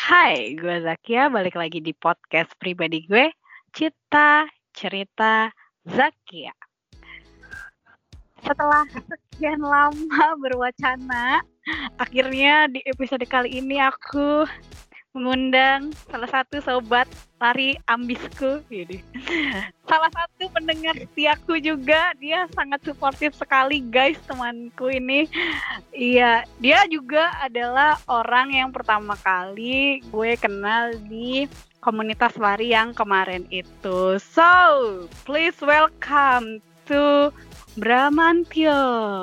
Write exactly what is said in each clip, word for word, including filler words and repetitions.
Hai, gue Zakia, balik lagi di podcast pribadi gue, Cita Cerita Zakia. Setelah sekian lama berwacana, akhirnya di episode kali ini aku mengundang salah satu sobat lari ambisku, ini. Salah satu pendengar setiaku juga, dia sangat suportif sekali guys, temanku ini. Iya, dia juga adalah orang yang pertama kali gue kenal di komunitas lari yang kemarin itu. So, please welcome to Bramantio.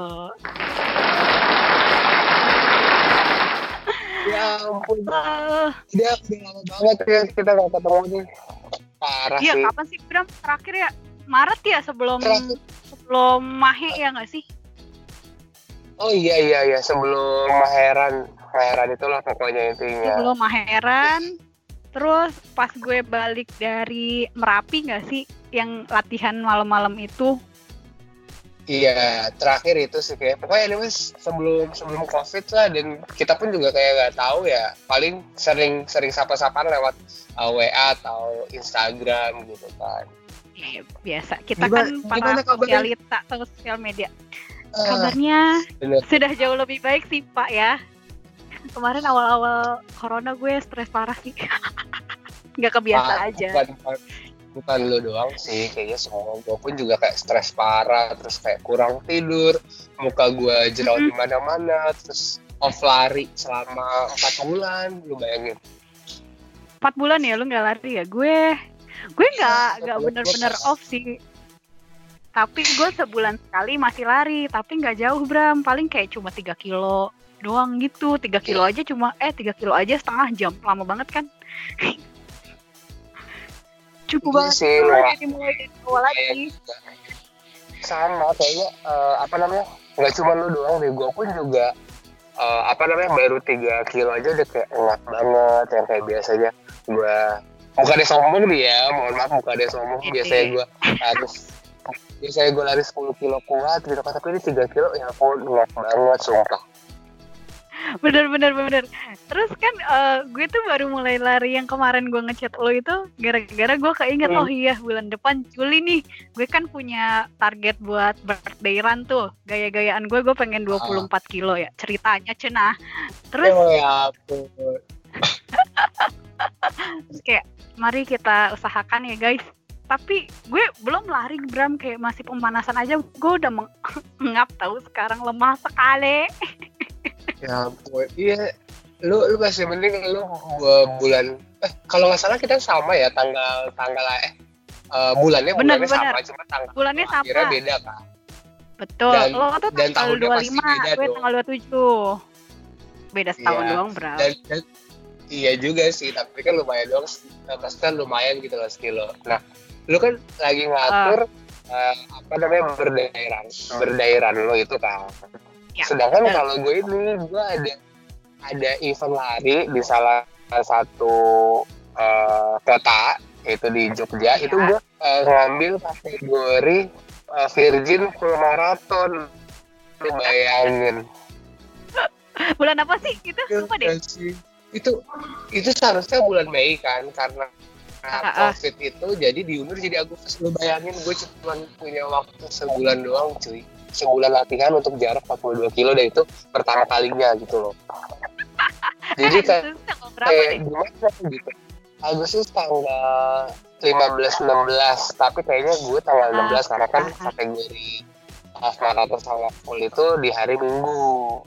Ya ampun, Uh, dia udah lama banget ya kita gak ketemu nih. Parah iya, sih. kapan sih Bram terakhir ya? Maret ya, sebelum Terakhir. sebelum Mahe ya nggak sih? Oh iya iya iya sebelum Maheran, Maheran itulah pokoknya intinya. Sebelum Maheran. Terus pas gue balik dari Merapi nggak sih, yang latihan malam-malam itu? Iya, terakhir itu sih kayak pokoknya anyways sebelum sebelum Covid lah, dan kita pun juga kayak nggak tahu ya, paling sering sering sapa-sapaan lewat uh, W A atau Instagram gitu kan. Ya, biasa. Kita Gimana- kan gimana para kabarnya? sosialita sosial media. Ah, Kabarnya bener. sudah jauh lebih baik sih Pak ya. Kemarin awal-awal corona gue stres parah sih. Nggak kebiasa Ah, aja. Bukan, bukan, bukan lu doang sih, kayaknya semua gue pun juga kayak stres parah, terus kayak kurang tidur, muka gue jerawat di mana-mana, terus off lari selama empat bulan, lu bayangin. Empat bulan ya lu nggak lari ya? Gue gue nggak Iya, nggak betul. bener-bener off sih. Tapi gue sebulan sekali masih lari, tapi nggak jauh Bram, paling kayak cuma tiga kilo doang gitu. tiga kilo aja cuma eh tiga kilo aja setengah jam, lama banget kan? Cukup Iya banget sih, tuh, Wak. jadi mulai dari awal lagi. Sama kayaknya eh, apa namanya, nggak cuma lu doang deh, gue pun juga eh, apa namanya baru tiga kilo aja udah kayak enak banget, yang kayak biasanya gue bukannya sombong nih ya, mohon maaf bukannya sombong, biasanya gue harus biasanya gue lari sepuluh kilo kuat gitu kan, tapi ini tiga kilo ya ampun enak banget sumpah. Bener bener bener. Terus kan eh, gue tuh baru mulai lari yang kemarin gue ngechat lo itu gara-gara gue keinget, Hmm. oh iya bulan depan Juli nih gue kan punya target buat birthday run tuh, gaya-gayaan gue gue pengen dua puluh empat kilo ya ceritanya cenah. Terus Oh ya ampun. terus kayak mari kita usahakan ya guys. Tapi gue belum lari Bram, kayak masih pemanasan aja. Gue udah meng- mengap tahu sekarang, lemah sekali. Ya ampun, iya, lu lu masih mending lu uh, bulan eh kalau nggak salah kita sama ya tanggal tanggal eh uh, bulannya Bener, bulannya bener. sama, cuma tanggal Bulannya sama. akhirnya beda kan. Betul. Dan- Lo tuh dan tanggal tahunnya dua puluh pasti lima, beda gue dong. tanggal dua puluh tujuh. Beda setahun Iya. doang Bram. Dan, dan iya juga sih, tapi kan lumayan doang, pasti kan lumayan gitu loh sekilo. Nah, lu kan lagi ngatur uh, apa namanya berdairan berdairan lo itu kan. Ya, Sedangkan betul. kalau gue ini gue ada ada event lari di salah satu uh, kota, yaitu di Jogja. Ya. Itu gue uh, ngambil kategori uh, Virgin Full Marathon. Lu bayangin. Bulan apa sih itu? Lupa deh. Itu itu seharusnya bulan Mei kan, karena Ah, ah. COVID itu jadi diundur jadi Agustus. Lu bayangin gue cuma punya waktu sebulan doang cuy, sebulan latihan untuk jarak empat puluh dua kilo, dan itu pertama kalinya gitu loh. Jadi kayak Agustus tanggal berapa kayak deh? gimana gitu, Agustus tanggal lima belas enam belas, tapi kayaknya gue tanggal enam belas karena kan Ah. kategori half marathon sama full itu di hari Minggu.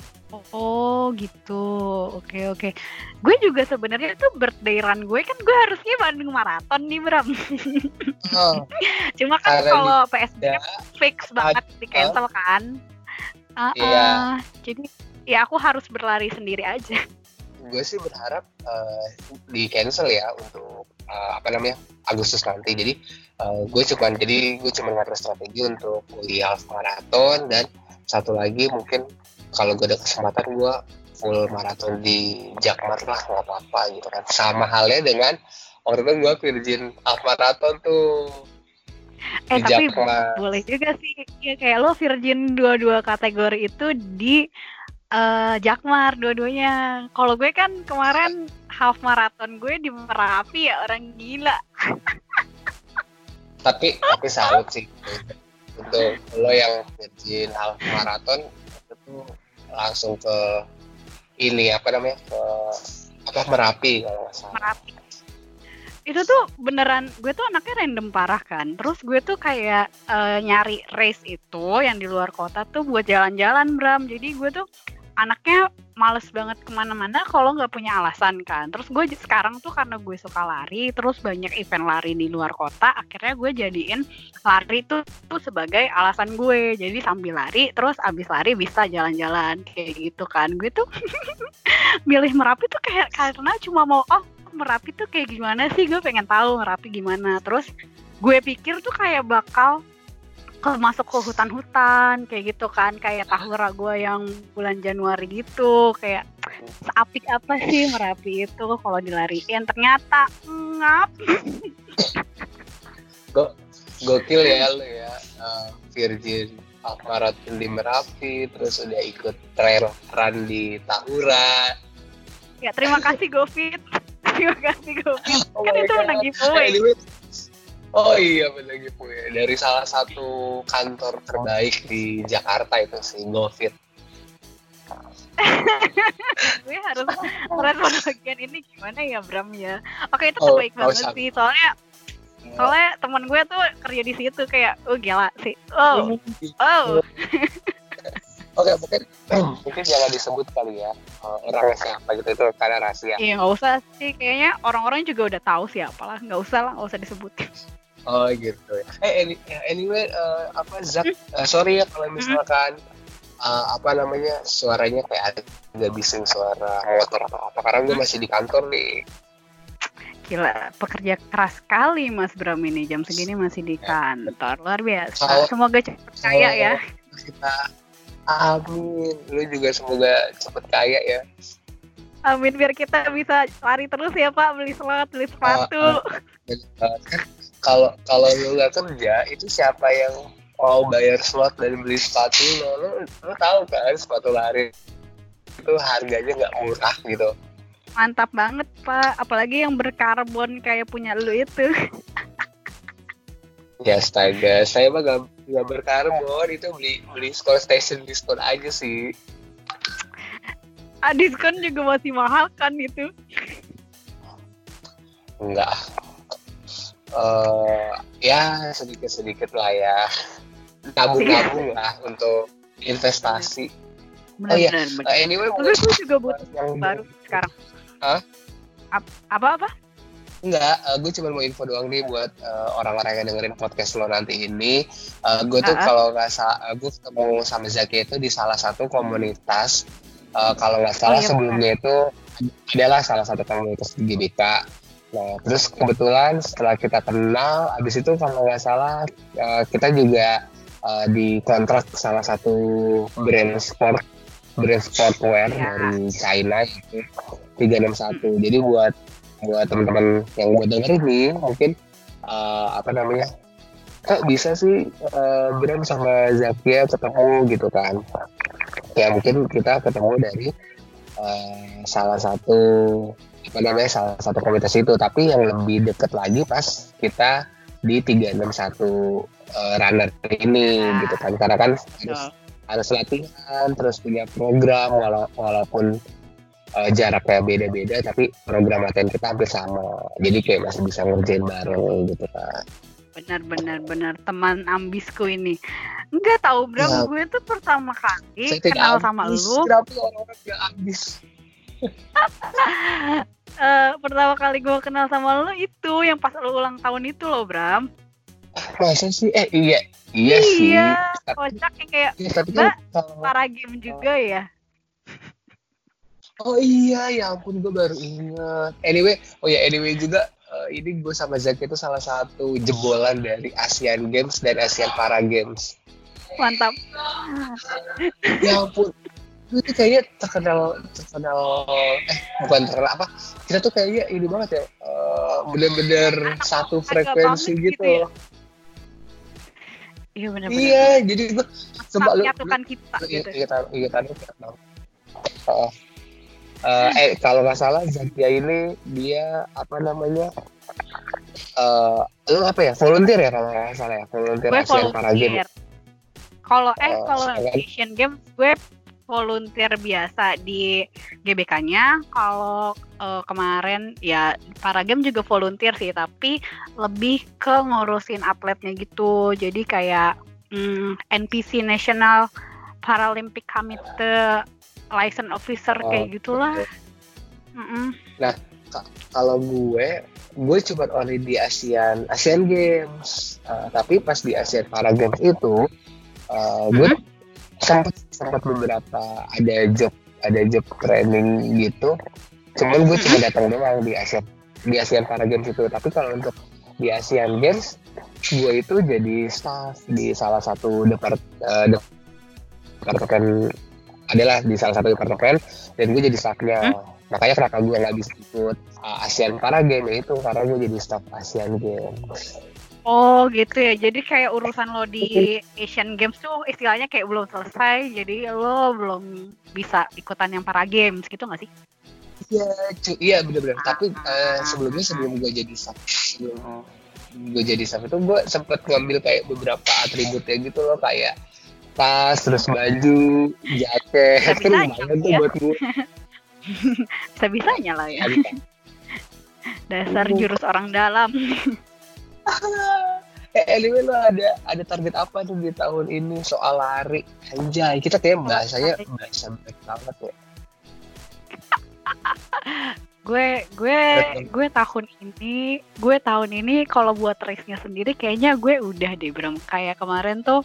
Oh gitu, oke oke. Gue juga sebenarnya tuh birthday run gue kan gue harusnya Bandung Marathon nih Bram. Oh, Cuma kan Karena kalau P S B ya, fix banget di cancel kan. Uh-uh. Iya. Jadi ya aku harus berlari sendiri aja. gue sih berharap uh, di cancel ya untuk uh, apa namanya Agustus nanti. Jadi uh, gue cuma jadi gue cuma ngatur strategi untuk kuliah half marathon, dan satu lagi mungkin kalau gue ada kesempatan gue full marathon di Jakmar lah, nggak apa-apa gitu kan. Sama halnya dengan waktu itu gue Virgin half marathon tuh Eh di tapi Jakmar. boleh juga sih ya, kayak lo Virgin dua-dua kategori itu di uh, Jakmar dua-duanya. Kalau gue kan kemarin half marathon gue di Merapi ya, orang gila. Tapi tapi salut sih untuk lo yang virgin half marathon itu tuh langsung ke ini apa namanya ke apa Merapi kalau nggak salah. Merapi. Itu tuh beneran, gue tuh anaknya random parah kan. Terus gue tuh kayak uh, nyari race itu yang di luar kota tuh buat jalan-jalan, Bram. Jadi gue tuh anaknya males banget kemana-mana kalau nggak punya alasan kan. Terus gue sekarang tuh karena gue suka lari, terus banyak event lari di luar kota, akhirnya gue jadiin lari tuh, tuh sebagai alasan gue. Jadi sambil lari, terus abis lari bisa jalan-jalan kayak gitu kan. Gue tuh milih Merapi tuh kayak karena cuma mau oh Merapi tuh kayak gimana sih, gue pengen tahu Merapi gimana. Terus gue pikir tuh kayak bakal ke masuk ke hutan-hutan kayak gitu kan, kayak Tahura gue yang bulan Januari gitu, kayak seapik apa sih Merapi itu kalau dilariin. Ternyata ngap. Go, gokil ya lo ya, uh, virgin half marathon di Merapi, terus udah ikut trail run di Tahura. Ya terima kasih Govit. Terima kasih Govit. Oh Kan itu menang giveaway. Anyway, oh iya menang giveaway dari salah satu kantor terbaik di Jakarta itu sih, Govit. Gue harus merespon bagian ini gimana ya Bram ya. Oke itu Oh, terbaik oh, banget sama. sih, soalnya soalnya teman gue tuh kerja di situ kayak oh gila sih. Oh. Oh. Oke, mungkin mungkin jangan disebut kali ya uh, orangnya siapa gitu, itu karena rahasia. Iya nggak usah sih, kayaknya orang-orang juga udah tahu siapa lah, nggak usah lah, nggak usah disebutin. Oh gitu ya. Eh any- anyway uh, apa Zak, uh, sorry ya kalau misalkan uh, apa namanya suaranya kayak agak bising suara motor atau apa, karena gue masih di kantor nih. Gila, pekerja keras sekali Mas Bram ini, jam segini masih di kantor, luar biasa. Kalau- Semoga cepat kaya ya. Kita amin, lu juga semoga cepet kaya ya. Amin, biar kita bisa lari terus ya Pak, beli slot, beli sepatu. Kalau kalau lu nggak kerja, itu siapa yang mau bayar slot dan beli sepatu lo? Lu, lu tahu kan sepatu lari itu harganya nggak murah gitu. Mantap banget Pak, apalagi yang berkarbon kayak punya lu itu. Ya astaga, saya mah gak, gak berkarbon, itu beli beli Skor Station diskon aja sih. Ah, diskon juga masih mahal kan itu. Enggak. Uh, ya sedikit-sedikit lah ya. Nabung-nabung lah untuk investasi. Oh iya, Benar-benar. uh, anyway Tapi gue juga butuh yang baru sekarang. Hah? Ap- Apa-apa? Enggak, uh, gue cuma mau info doang nih buat uh, orang-orang yang dengerin podcast lo nanti ini. Uh, gue tuh Uh-huh. kalau nggak salah, uh, gue ketemu sama Zaki itu di salah satu komunitas. Uh, kalau nggak salah Oh, iya, sebelumnya itu adalah salah satu komunitas di G B K. Nah, terus kebetulan setelah kita kenal, abis itu kalau nggak salah uh, kita juga uh, dikontrak salah satu brand sport, brand sportwear Ya. dari China itu tiga enam satu. Jadi buat buat teman-teman yang buat denger ini mungkin uh, apa namanya kok bisa sih uh, Bram sama Zakia ketemu gitu kan ya, mungkin kita ketemu dari uh, salah satu apa namanya salah satu komunitas itu, tapi yang lebih deket lagi pas kita di tiga enam satu uh, runner ini Ah. gitu kan, karena kan harus Oh. harus latihan terus punya program wala- walaupun Uh, jaraknya beda-beda tapi program latihan kita hampir sama, jadi kayak masih bisa ngerjain bareng gitu kan. Benar-benar benar teman ambisku ini. Enggak tahu Bram, Ya. gue tuh pertama kali Saya tidak kenal sama ambis. lu. Kenapa orang-orang gak ambis? Eh, pertama kali gue kenal sama lu itu yang pas lu ulang tahun itu loh Bram. Masa sih? Eh iya iya, sih. Iya, Tapi, kocak yang kayak ya, tapi kan Mbak, kalau para game juga ya. oh iya ya ampun gue baru ingat. Anyway, oh ya anyway juga uh, ini gue sama Zaki itu salah satu jebolan dari Asian Games dan Asian Para Games. Mantap. Ya ampun, itu kayaknya terkenal terkenal eh bukan terkenal apa, kita tuh kayaknya ini banget ya, uh, bener-bener satu frekuensi banget gitu. gitu ya. Iya benar-benar. Iya, jadi gue coba lu menyatukan kita lu gitu. ingat ingat ingat uh, Uh, eh kalau nggak salah Zakia ini dia apa namanya uh, lu apa ya volunteer ya kalau nggak salah ya volunteer Gue Asian Para Games. volunteer. Kalau eh Uh, kalau sekarang- Asian Games gue volunteer biasa di G B K-nya. Kalau uh, kemarin ya Para Games juga volunteer sih, tapi lebih ke ngurusin atletnya gitu. Jadi kayak mm, N P C National Paralympic Committee license officer Oh, kayak gitulah. oke. Mm-mm. Kalau gue gue cuma only di ASEAN ASEAN Games. Uh, tapi pas di ASEAN Para Games itu uh, gue Mhm. sempat sempat beberapa ada job ada job training gitu. Cuman gue cuma datang doang di ASEAN di ASEAN Para Games itu. Tapi kalau untuk di ASEAN Games gue itu jadi staff di salah satu depart uh, departemen adalah di salah satu departemen dan gue jadi staffnya. Makanya kenapa gue nggak bisa ikut uh, ASEAN Para Games itu karena gue jadi staff ASEAN Games. Oh gitu ya, jadi kayak urusan lo di Asian Games tuh istilahnya kayak belum selesai, jadi lo belum bisa ikutan yang Para Games gitu nggak sih? Iya, cu- iya benar-benar. Tapi uh, sebelumnya sebelum gue jadi staff, sebelum gue jadi staff itu gue sempet ngambil kayak beberapa atributnya gitu loh kayak tas, terus baju, jaket, kan Bisa-bisanya lumayan tuh ya. buat gue. Bisa-bisanya lah ya. Dasar jurus orang dalam. Eh, anyway lo ada ada target apa tuh di tahun ini soal lari? Anjay, kita kayak bahasanya bahasa baik banget ya. gue gue gue tahun ini gue tahun ini kalau buat race-nya sendiri kayaknya gue udah deh Bram. Kayak kemarin tuh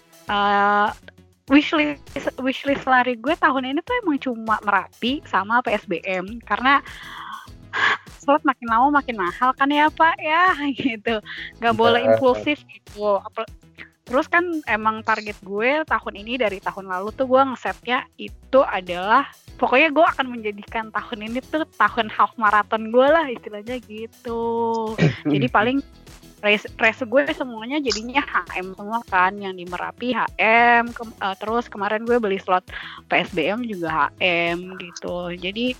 uh, wishlist wishlist lari gue tahun ini tuh emang cuma Merapi sama P S B M karena slot makin lama makin mahal kan ya Pak ya gitu, nggak boleh impulsif gitu. Apel- Terus kan emang target gue tahun ini dari tahun lalu tuh gue ngesetnya itu adalah pokoknya gue akan menjadikan tahun ini tuh tahun half marathon gue lah istilahnya gitu. Jadi paling race race gue semuanya jadinya H M semua kan, yang di Merapi H M, ke, uh, terus kemarin gue beli slot P S B M juga H M gitu. Jadi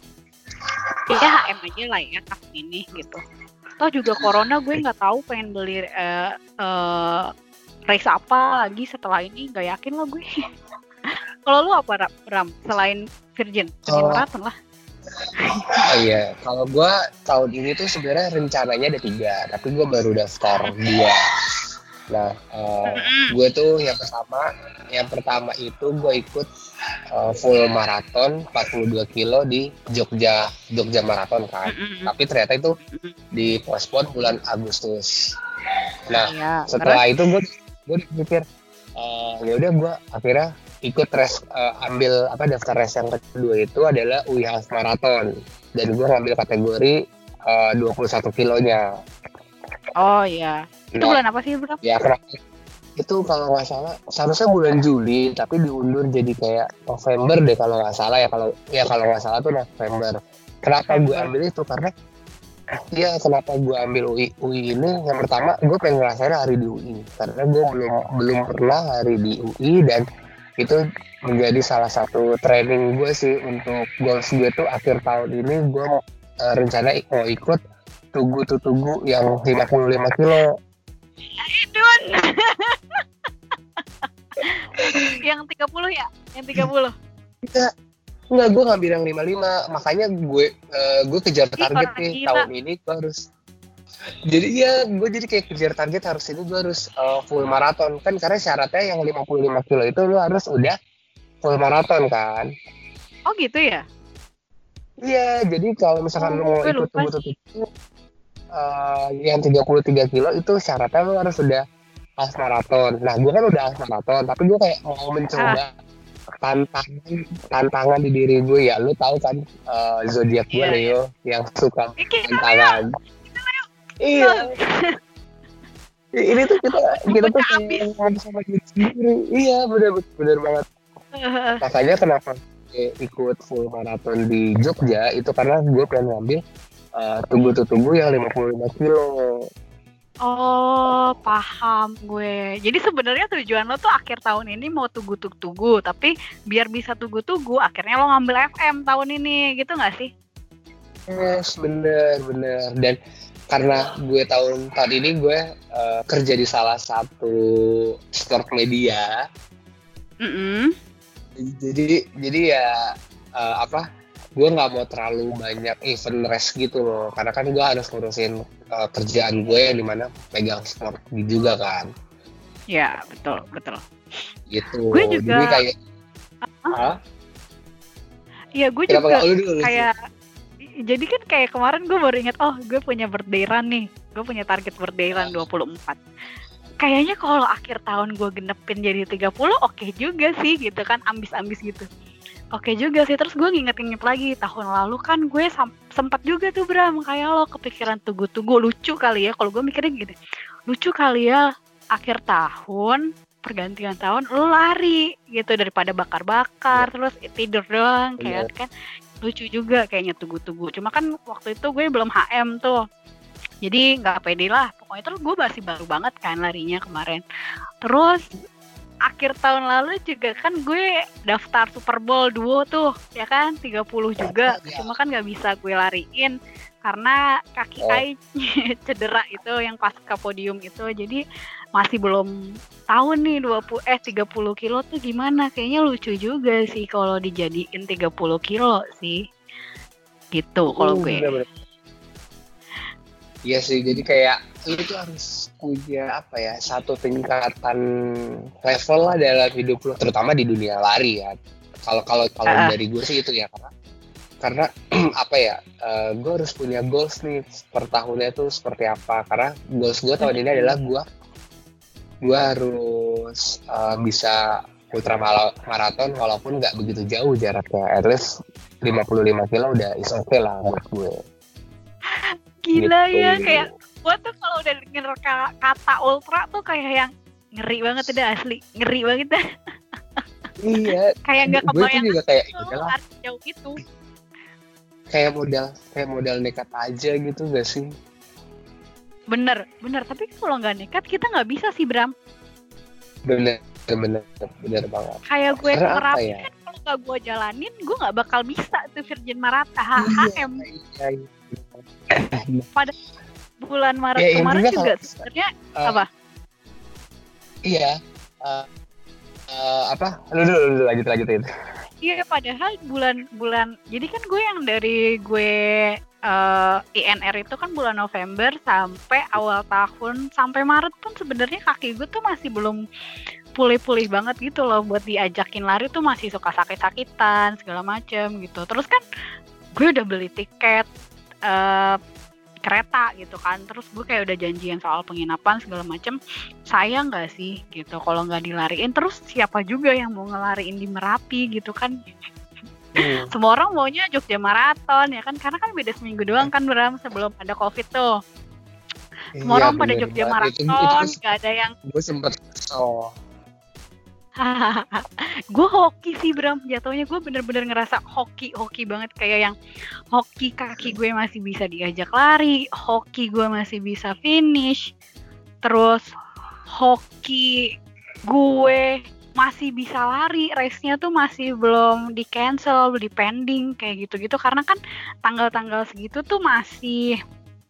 ya H M aja lah ya tahun ini gitu. Toh juga corona gue nggak tahu pengen beli uh, uh, race apa lagi setelah ini, nggak yakin lah gue. Kalau lu apa Ram selain Virgin? Virgin Oh. Marathon lah. Oh iya, kalau gue tahun ini tuh sebenarnya rencananya ada tiga, tapi gue baru daftar dua. Nah, uh, gue tuh yang pertama, yang pertama itu gue ikut uh, full maraton empat puluh dua kilo di Jogja, Jogja Marathon kan. Tapi ternyata itu di postpone bulan Agustus. Nah, Ya, setelah itu gue gue pikir uh, ya udah gue akhirnya ikut race uh, ambil apa daftar race yang kedua itu adalah U I Half Marathon dan gue ngambil kategori uh, dua puluh satu kilonya. Oh iya. Itu Nah, bulan apa sih Bram? ya kenapa itu kalau nggak salah seharusnya bulan Juli tapi diundur jadi kayak November deh kalau nggak salah ya kalau ya kalau nggak salah tuh November. Kenapa gue November. ambil itu karena ya kenapa gue ambil U I U I ini yang pertama gue pengen ngerasain hari di U I karena gue belum belum pernah hari di U I dan itu menjadi salah satu training gue sih untuk goals gue tuh akhir tahun ini gue uh, rencana mau ikut Tugu Tugu yang lima puluh lima kilo. Dun. Yang tiga puluh ya? Yang tiga puluh. Enggak, enggak gue ngambil yang lima puluh lima makanya gue uh, gue kejar Ih, target orang nih gila. tahun ini gue harus jadi ya gue jadi kayak kejar target harus ini gue harus uh, full maraton kan karena syaratnya yang lima puluh lima kilo itu lu harus udah full maraton kan. Oh gitu ya? Iya, jadi kalau misalkan Oh, lu mau gue ikut lupa Tugu Tugu itu uh, yang tiga puluh tiga kilo itu syaratnya lu harus sudah half maraton. Nah, gue kan udah half maraton, tapi gue kayak mau mencoba tantangan tantangan di diri gue ya. Lu tahu kan uh, zodiak gue Iya, Leo yang suka Iki, tantangan. Iya. Ini tuh kita kita tuh Bocah kayak ngomong sama diri sendiri. Iya, benar benar banget. Makanya kenapa gue ikut full maraton di Jogja itu karena gue pengen ngambil uh, Tugu Tugu yang lima puluh lima kilo. Oh, paham gue. Jadi sebenarnya tujuan lo tuh akhir tahun ini mau tugu-tugu, tapi biar bisa tugu-tugu, akhirnya lo ngambil F M tahun ini, gitu nggak sih? Yes, bener bener. Dan karena gue tahun tahun ini gue uh, kerja di salah satu store media. Mm-mm. Jadi jadi ya uh, apa? Gue nggak mau terlalu banyak event race gitu loh, karena kan gue harus ngurusin uh, kerjaan gue yang dimana pegang sport juga kan. Ya, betul, betul. Gitu. Gue juga. Jadi kayak, uh-huh. Iya, gue Kenapa juga dulu, dulu, kayak. Jadi kan kayak kemarin gue baru ingat, oh gue punya birthday run nih, gue punya target birthday run dua puluh empat. Kayaknya kalau akhir tahun gue genepin jadi tiga puluh, oke okay juga sih gitu kan, ambis-ambis gitu. Oke juga sih, terus gue nginget-nginget lagi, tahun lalu kan gue sam- sempat juga tuh Bram, kayak lo kepikiran tugu-tugu, lucu kali ya, kalau gue mikirnya gini, lucu kali ya, akhir tahun, pergantian tahun, lo lari gitu, daripada bakar-bakar, ya. Terus tidur doang, kayak ya. Kan, lucu juga kayaknya tugu-tugu, cuma kan waktu itu gue belum H M tuh, jadi nggak pede lah, pokoknya terus gue masih baru banget kan larinya kemarin, terus akhir tahun lalu juga kan gue daftar Super Bowl duo tuh, ya kan, tiga puluh juga, ya. Cuma kan gak bisa gue lariin karena kaki oh. Ai cedera itu yang pas ke podium itu, jadi masih belum tahu nih dua puluh eh tiga puluh kilo tuh gimana, kayaknya lucu juga sih kalau dijadiin tiga puluh kilo sih, gitu kalau uh, gue. Bener-bener. Iya sih, jadi kayak lu tuh harus punya apa ya, satu tingkatan level lah dalam hidup lu, terutama di dunia lari ya. Kalau kalau kalau uh. dari gue sih itu ya, karena karena apa ya, uh, gue harus punya goals nih per tahunnya tuh seperti apa. Karena goals gue tahun ini adalah gue gue harus uh, bisa ultra maraton walaupun nggak begitu jauh jaraknya, at least lima puluh lima kilo udah is oke okay lah buat gue. Gila gitu. Ya, kayak gue tuh kalau udah denger k- kata ultra tuh kayak yang ngeri banget udah asli, ngeri banget dah. Iya. Kayak nggak kebayang juga kayak lari jauh gitu. Kayak modal, kayak modal nekat aja gitu gak sih? Bener, bener. Tapi kalau nggak nekat kita nggak bisa sih Bram. Bener, bener, bener banget. Kayak gue ngerapin ya? Kan kalau nggak gue jalanin, gue nggak bakal bisa tuh Virgin Marathon H M. Iya, iya. Pada bulan Maret ya, kemarin juga, juga sebenarnya uh, apa? Iya, uh, uh, apa? Lu dulu, dulu lanjut lanjutin. Iya, padahal bulan-bulan, jadi kan gue yang dari gue uh, I N R itu kan bulan November sampai awal tahun sampai Maret pun sebenarnya kaki gue tuh masih belum pulih-pulih banget gitu loh, buat diajakin lari tuh masih suka sakit-sakitan segala macem gitu. Terus kan gue udah beli tiket Uh, kereta gitu kan, terus gue kayak udah janjian soal penginapan segala macem, sayang nggak sih gitu kalau nggak dilariin, terus siapa juga yang mau ngelariin di Merapi gitu kan. hmm. Semua orang maunya Jogja Marathon ya kan, karena kan beda seminggu doang kan Bram sebelum ada COVID tuh. Semua iya, orang pada Jogja Marathon, nggak ada yang gue sempet oh. Gue hoki sih Bram, jatuhnya gue bener-bener ngerasa hoki hoki banget, kayak yang hoki kaki gue masih bisa diajak lari, hoki gue masih bisa finish, terus hoki gue masih bisa lari, race-nya tuh masih belum di cancel, di pending kayak gitu-gitu, karena kan tanggal-tanggal segitu tuh masih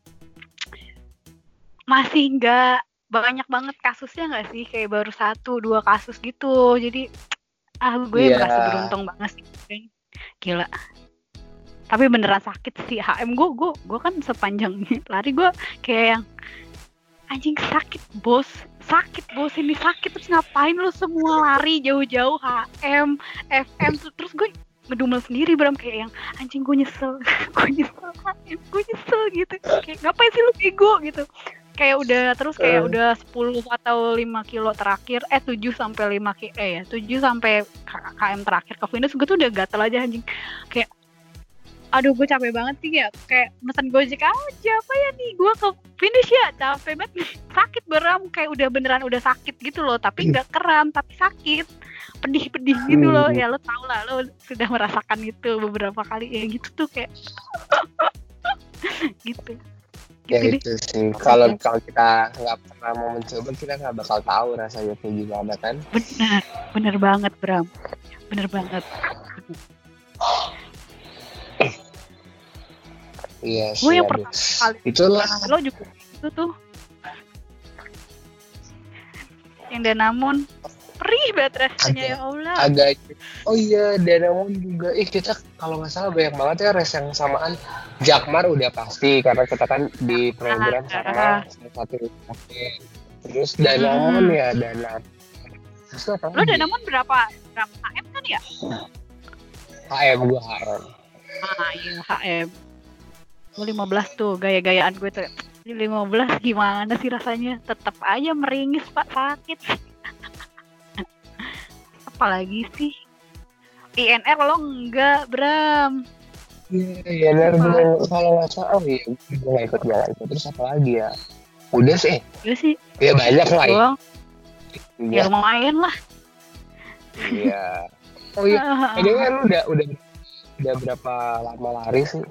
masih nggak banyak banget kasusnya nggak sih, kayak baru satu dua kasus gitu, jadi ah gue yeah. merasa beruntung banget sih, gila. Tapi beneran sakit sih H M gue, gue gue kan sepanjang lari gue kayak yang anjing sakit bos, sakit bos ini sakit, terus ngapain lu semua lari jauh-jauh H M, F M, terus gue ngedumel sendiri Bram, kayak yang anjing gue nyesel, gue nyesel H M, gue nyesel gitu, kayak ngapain sih lu bego gitu. Kayak udah terus kayak uh. udah sepuluh atau lima kilo terakhir, eh tujuh sampai lima kilo eh ya, tujuh sampai km terakhir ke finish, gue tuh udah gatel aja anjing. Kayak aduh gue capek banget sih ya, kayak mesen Gojek aja apa ya nih, gue ke finish ya capek banget, sakit Bram, kayak udah beneran udah sakit gitu loh, tapi nggak kram tapi sakit, pedih-pedih gitu loh. Ya lo tau lah, lo sudah merasakan itu beberapa kali ya gitu tuh, kayak gitu. gitu Ya deh. itu sih. Kalau kalau kita nggak pernah mau mencoba, kita nggak bakal tahu rasanya kayak gimana kan. Benar, benar banget Bram, benar banget. Iya Gue sih, yang aduh. pertama kali Itulah lo juga itu tuh yang Danamon, perih banget rasanya ya Allah. agak. Oh iya, Danamon juga. Ih, kita kalau nggak salah banyak banget ya race yang samaan. Jakmar udah pasti karena kita kan di program sama salah satu event. Terus Danamon Hmm. ya, Danamon. Terus apa Lo lagi? Danamon berapa? Berapa H M kan ya? H M gua H M. Ah iya H M. Gue lima belas tuh, gaya-gayaan gue tuh. Di lima belas gimana sih rasanya? Tetap aja meringis Pak, sakit. Apalagi sih? I N R lo enggak, Bram. Iya, iya, benar benar. Kalau nggak salah, oh iya, gue nggak ikut, nggak ikut. Terus apa lagi ya? Udah sih, Gue sih ya banyak lah ya. doang. Ya Iya. lumayan lah. Iya. Oh iya, jadi kan lu udah udah udah berapa lama lari sih?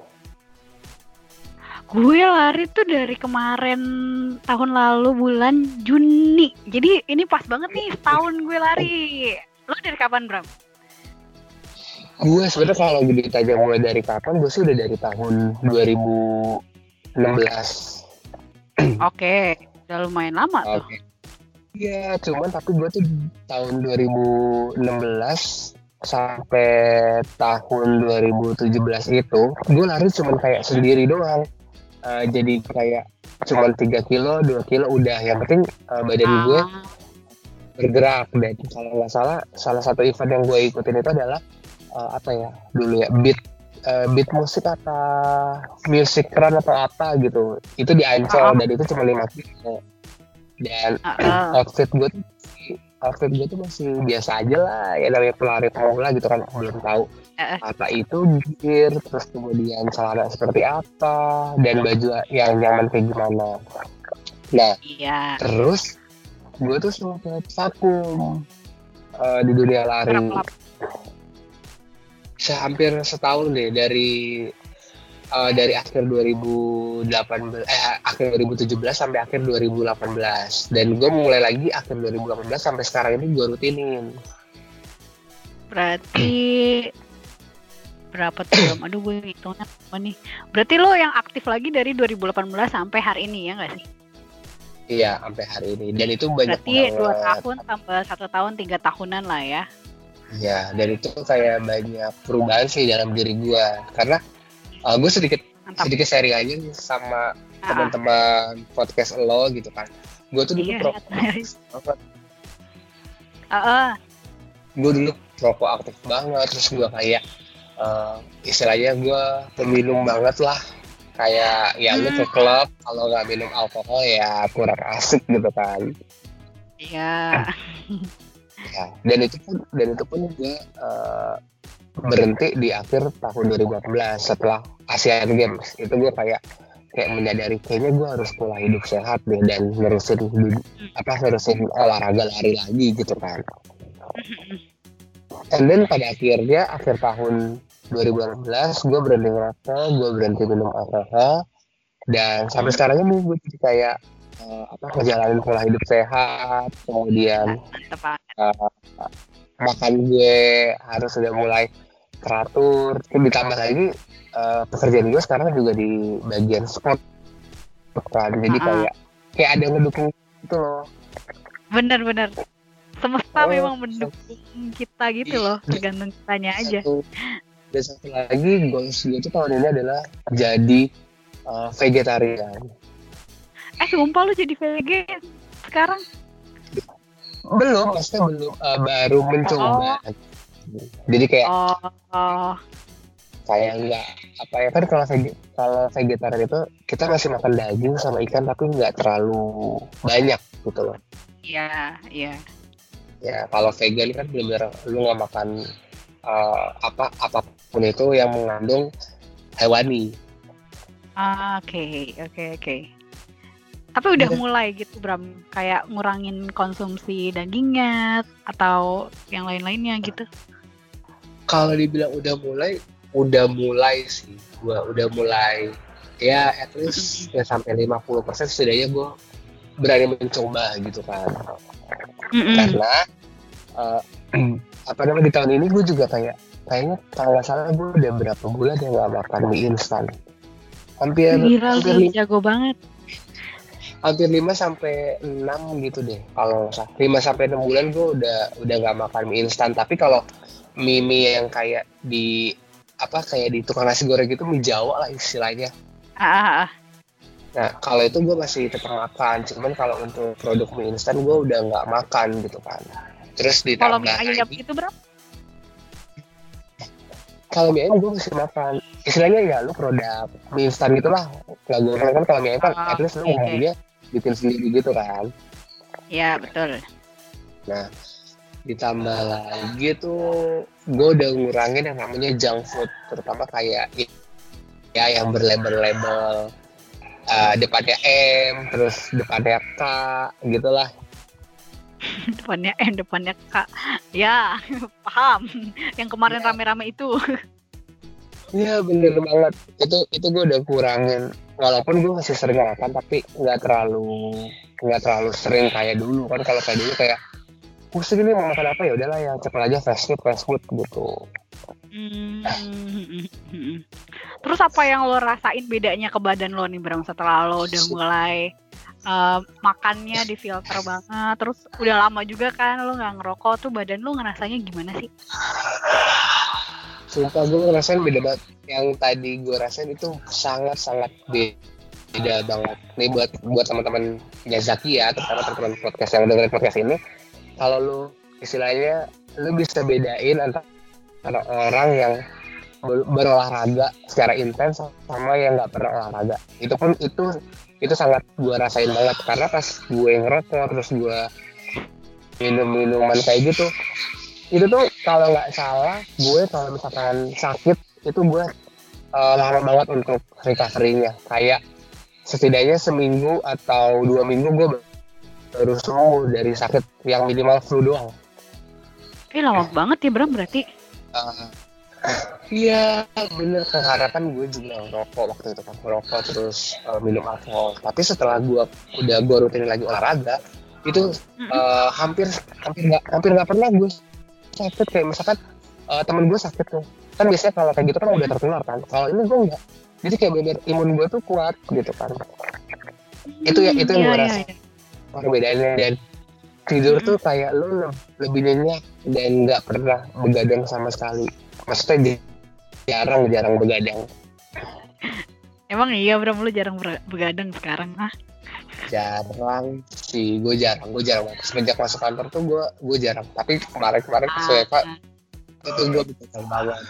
Gue lari tuh dari kemarin tahun lalu bulan Juni. Jadi ini pas banget nih setahun gue lari. Lo dari kapan, Bram? Gue sebenarnya kalau ditanya mulai dari kapan, gue sih udah dari tahun dua ribu enam belas. Oke, udah lumayan lama tuh. Oke. Iya, cuman tapi gue tuh tahun dua ribu enam belas sampai tahun dua ribu tujuh belas itu, gue lari cuman kayak sendiri doang. Uh, jadi kayak cuman tiga kilo, dua kilo udah. Yang penting uh, badan gue Ah, bergerak. Dan kalau nggak salah, salah satu event yang gue ikutin itu adalah uh, apa ya dulu ya, beat uh, beat musik atau music run atau apa gitu. Itu di Ancol Ah. dan itu cuma lima kilo. Dan ah, ah. outfit gue tuh outfit gue tuh masih biasa aja lah, ya namanya pelari pemula gitu kan, belum tahu Eh, apa itu gear, terus kemudian celana seperti apa, dan baju yang nyaman kayak gimana. Nah, Iya. terus gue tuh sempat vakum uh, di dunia lari. Berapa lama? Bisa hampir setahun deh, dari uh, dari akhir dua ribu delapan belas eh akhir dua ribu tujuh belas sampai akhir dua ribu delapan belas, dan gue mulai lagi akhir dua ribu delapan belas sampai sekarang ini gue rutinin. Berarti berapa tuh, Bram? Aduh, gue hitungnya apa nih? Berarti lo yang aktif lagi dari dua ribu delapan belas sampai hari ini, ya nggak sih? Iya, sampai hari ini. Dan itu banyak Berarti banget. dua tahun tambah satu tahun, tiga tahunan lah ya. Iya, dan itu kayak banyak perubahan sih dalam diri gue. Karena uh, gue sedikit Mantap. sedikit sharing aja nih sama Ah, teman-teman podcast lo gitu kan. Gue tuh dulu Iya, pro, ah, ah. gue dulu rokok aktif banget, terus gue kayak uh, istilahnya gue peminum banget lah, kayak ya lu ke klub kalau nggak minum alkohol ya kurang asik gitu kan. Iya. Ya, dan itu pun dan itu pun gue uh, berhenti di akhir tahun dua ribu delapan belas setelah Asian Games. Itu gue kayak kayak menyadari kayaknya gue harus pola hidup sehat deh, dan nerusin apa nerusin olahraga lari lagi gitu kan. And then pada akhirnya akhir tahun dua ribu delapan belas gue berhenti ngerokok, gue berhenti minum alkohol, dan sampai sekarang ini gue jadi kayak uh, apa ngejalanin pola hidup sehat, kemudian Mantap banget. uh, makan gue harus udah mulai teratur. Ditambah lagi uh, pekerjaan gue sekarang juga di bagian sport kan, jadi Uh-uh. kayak kayak ada yang ngedukung gitu loh. Bener-bener. Semesta Oh, memang mendukung kita gitu loh, tergantung kitanya aja. Satu, dan satu lagi goals gue tuh tahun ini adalah jadi uh, vegetarian. Eh, sumpah lu jadi vegan sekarang? Belum, maksudnya belum, uh, baru mencoba. Jadi kayak Oh, oh. kayak nggak apa ya kan, kalau vege, kalau vegetarian itu kita masih makan daging sama ikan tapi nggak terlalu banyak gitu loh. Iya, iya. Ya kalau vegan kan benar-benar lu nggak makan uh, apa apapun itu yang mengandung hewani. Ah, Oke, oke, oke. Tapi udah Iya. mulai gitu, Bram, kayak ngurangin konsumsi dagingnya atau yang lain-lainnya gitu. Kalau dibilang udah mulai, udah mulai sih. Gua udah mulai ya at least ya sampai lima puluh persen setidaknya gue berani mencoba gitu kan. Mm-mm. Karena uh, apa namanya di tahun ini gue juga kayak kayaknya kalau nggak salah gue udah berapa bulan ya nggak makan mie instan. Hampir Gila hampir lu, li- jago banget. hampir lima sampai enam gitu deh kalau nggak salah. lima sampai enam bulan gue udah udah nggak makan mie instan. Tapi kalau mie mie yang kayak di apa kayak di tukang nasi goreng gitu, mie Jawa lah istilahnya. Ah, ah, ah. Nah, kalau itu gue masih tetap makan. Cuman kalau untuk produk mie instan gue udah nggak makan gitu kan. Terus Kalau ditambah mie ayam lagi, itu berapa? kalau mie ayam gue masih makan. Istilahnya ya lu produk mie instan gitu lah. Nggak gue kan kalau mie ayam kan Oh, at least lu oke. ngomongnya bikin sendiri gitu kan. Ya betul. Nah, ditambah lagi tuh gue udah ngurangin yang namanya junk food. Terutama kayak ya yang berlabel-label uh, depannya M, terus depannya K gitu lah. Depannya M, depannya K. Ya, paham. Yang kemarin Ya. rame-rame itu. Iya bener banget, itu itu gue udah kurangin, walaupun gue masih sering makan tapi nggak terlalu nggak terlalu sering kayak dulu kan. Kalau kayak dulu kayak pusing ini mau makan apa ya udahlah yang cepet aja fast food fast food gitu. Hmm. Terus apa yang lo rasain bedanya ke badan lo nih Bram setelah lo udah mulai uh, makannya difilter banget, terus udah lama juga kan lo nggak ngerokok tuh, badan lo ngerasanya gimana sih? Sumpah gue ngerasain beda banget. Yang tadi gue rasain itu sangat-sangat beda banget. Nih buat buat teman-teman Yazaki ya, terutama teman-teman podcast yang dengerin podcast ini, kalau lu istilahnya lu bisa bedain antara orang yang berolahraga secara intens sama yang nggak pernah olahraga. Itu pun itu itu sangat gue rasain banget karena pas gue ngerokok terus gue minum minuman kayak gitu, itu tuh kalau nggak salah gue kalau misalkan sakit itu gue uh, lama banget untuk recovery-nya, kayak setidaknya seminggu atau dua minggu gue baru sembuh dari sakit yang minimal flu doang. Eh lama banget ya Bram berarti. Uh, iya bener, karena kan gue juga ngerokok waktu itu kan, ngerokok terus uh, minum alkohol. Tapi setelah gue udah gue rutin lagi olahraga itu uh, hampir hampir nggak hampir nggak pernah gue sakit. Kayak misalkan uh, temen gue sakit tuh kan, biasanya kalau kayak gitu kan udah tertular kan, kalau ini gue enggak, jadi kayak bener imun gue tuh kuat gitu kan. Hmm, itu ya itu yang iya, gue iya, rasa iya. perbedaannya. Dan tidur tuh kayak lu lebih nyenyak dan nggak pernah begadang sama sekali, maksudnya jarang jarang begadang. Emang iya Bram, lu jarang ber- begadang sekarang ah? Jarang sih, gue jarang gue jarang semenjak masuk kantor tuh gue gue jarang. Tapi kemarin-kemarin ke Sweva itu gue betul banget.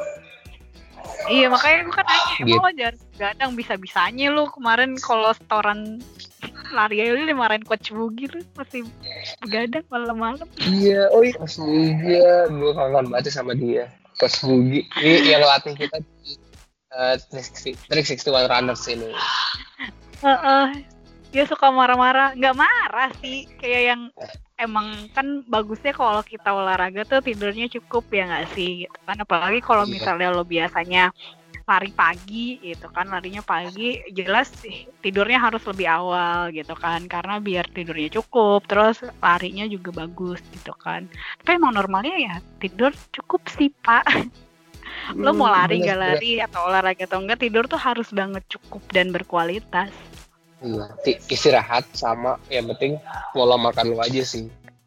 Iya makanya gue kan nanya, emang Gitu. lo jarang begadang, bisa-bisanya lu kemarin kalau setoran lari aja lu dimarahin coach Bugi, lu masih begadang malam-malam. Iya, oh iya Coach Bugi ya, gue kangen banget sama dia. Coach Bugi, ini yang latih kita di uh, tiga enam satu Runners ini. Heeh. Dia suka marah-marah, nggak marah sih, kayak yang emang kan bagusnya kalau kita olahraga tuh tidurnya cukup ya nggak sih, gitu kan. Apalagi kalau Iya. misalnya lo biasanya lari pagi gitu kan, larinya pagi, jelas tidurnya harus lebih awal gitu kan, karena biar tidurnya cukup, terus larinya juga bagus gitu kan. Tapi emang normalnya ya tidur cukup sih Pak. Lo mau lari bener, nggak lari atau olahraga atau enggak, tidur tuh harus banget cukup dan berkualitas. Iya, istirahat sama yang penting pola makan lo aja sih.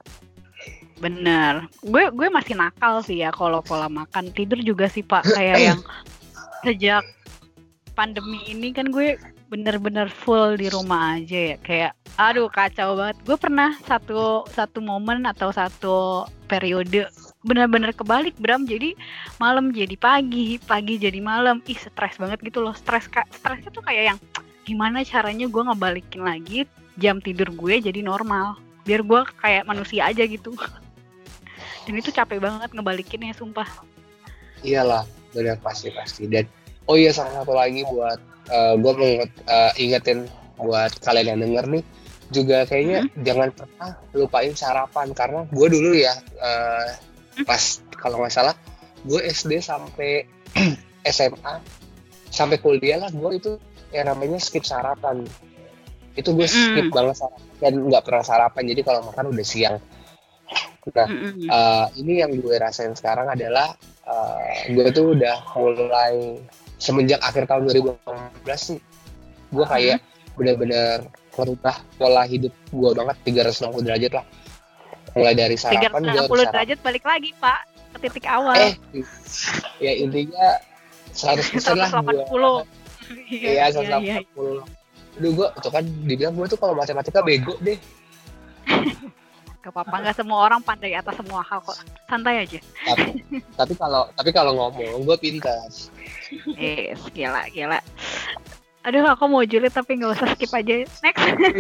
Bener, gue gue masih nakal sih ya kalau pola makan. Tidur juga sih Pak, kayak yang sejak pandemi ini kan gue bener-bener full di rumah aja ya, kayak aduh kacau banget. Gue pernah satu satu momen atau satu periode bener-bener kebalik Bram, jadi malam jadi pagi, pagi jadi malam. Ih stres banget gitu loh, stres kak, stresnya tuh kayak yang gimana caranya gue ngebalikin lagi jam tidur gue jadi normal, biar gue kayak manusia aja gitu. Dan itu capek banget ngebalikinnya, sumpah. Iyalah, benar pasti pasti. Dan oh iya sama satu lagi buat uh, gue mau uh, ingetin buat kalian yang denger nih juga, kayaknya hmm? jangan pernah lupain sarapan. Karena gue dulu ya uh, hmm? pas kalau nggak salah gue S D sampai S M A sampai kuliah lah, gue itu yang namanya skip sarapan. Itu gue skip Mm. banget sarapan dan nggak pernah sarapan, jadi kalau makan udah siang. Nah, Mm-mm. uh, ini yang gue rasain sekarang adalah uh, gue tuh udah mulai semenjak akhir tahun dua ribu delapan belas sih, gue kayak benar-benar merubah pola hidup gue banget tiga ratus enam puluh derajat lah. Mulai dari sarapan gue harus tiga ratus enam puluh sarapan. derajat balik lagi Pak ke titik awal. Eh, ya intinya seratus persen lah seratus delapan puluh. gue. Iya, seratus delapan puluh. Aduh, gue itu kan dibilang gue tuh kalau matematika bego deh. Gak apa-apa, nggak semua orang pandai atas semua hal kok, santai aja. Tapi, tapi kalau tapi kalau ngomong gue pintar. Eh, gila gila. Aduh, aku mau julid tapi nggak usah, skip aja. Next.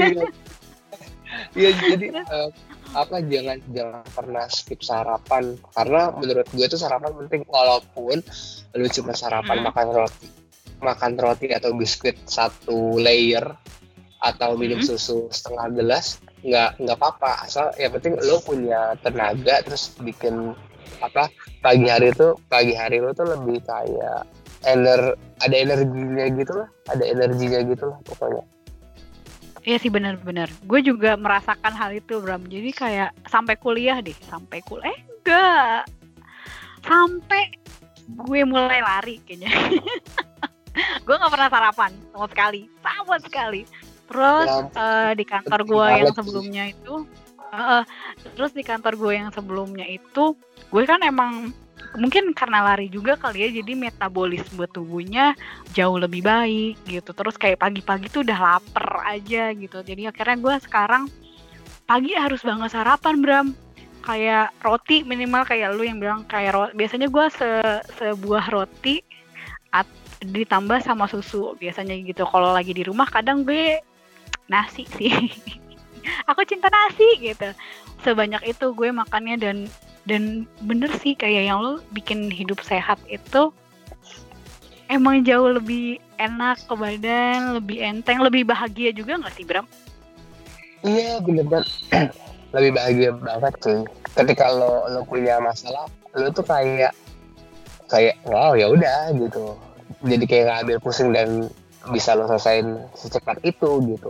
Iya, jadi uh, apa jangan jangan pernah skip sarapan, karena menurut gue tuh sarapan penting. Walaupun lu cuma sarapan hmm. makan roti, makan roti atau biskuit satu layer atau minum hmm. susu setengah gelas, nggak nggak apa-apa, asal yang penting lo punya tenaga, terus bikin apa pagi hari itu pagi hari lo tuh lebih kayak ener ada energinya gitu lah, ada energinya gitu lah pokoknya. Iya sih, benar-benar. Gue juga merasakan hal itu, Bram. Jadi kayak sampai kuliah deh, sampai kuliah eh enggak, sampai gue mulai lari kayaknya. Gue nggak pernah sarapan sama sekali, sama sekali. Terus ya, uh, di kantor gue yang sebelumnya itu, uh, terus di kantor gue yang sebelumnya itu, gue kan emang mungkin karena lari juga kali ya, jadi metabolisme tubuhnya jauh lebih baik gitu. Terus kayak pagi-pagi tuh udah lapar aja gitu. Jadi akhirnya gue sekarang pagi harus banget sarapan, Bram. Kayak roti minimal, kayak lu yang bilang kayak roti. Biasanya gue se- sebuah roti at- ditambah sama susu biasanya gitu. Kalau lagi di rumah kadang gue nasi sih. Aku cinta nasi gitu. Sebanyak itu gue makannya, dan dan bener sih kayak yang lo bikin hidup sehat itu emang jauh lebih enak ke badan, lebih enteng, lebih bahagia juga nggak sih, Bram? Iya, bener-bener lebih bahagia banget sih. Ketika lo lo punya masalah, lo tuh kayak kayak wow ya udah gitu. Jadi kayak nggak ambil pusing dan bisa lo selesain secepat itu gitu.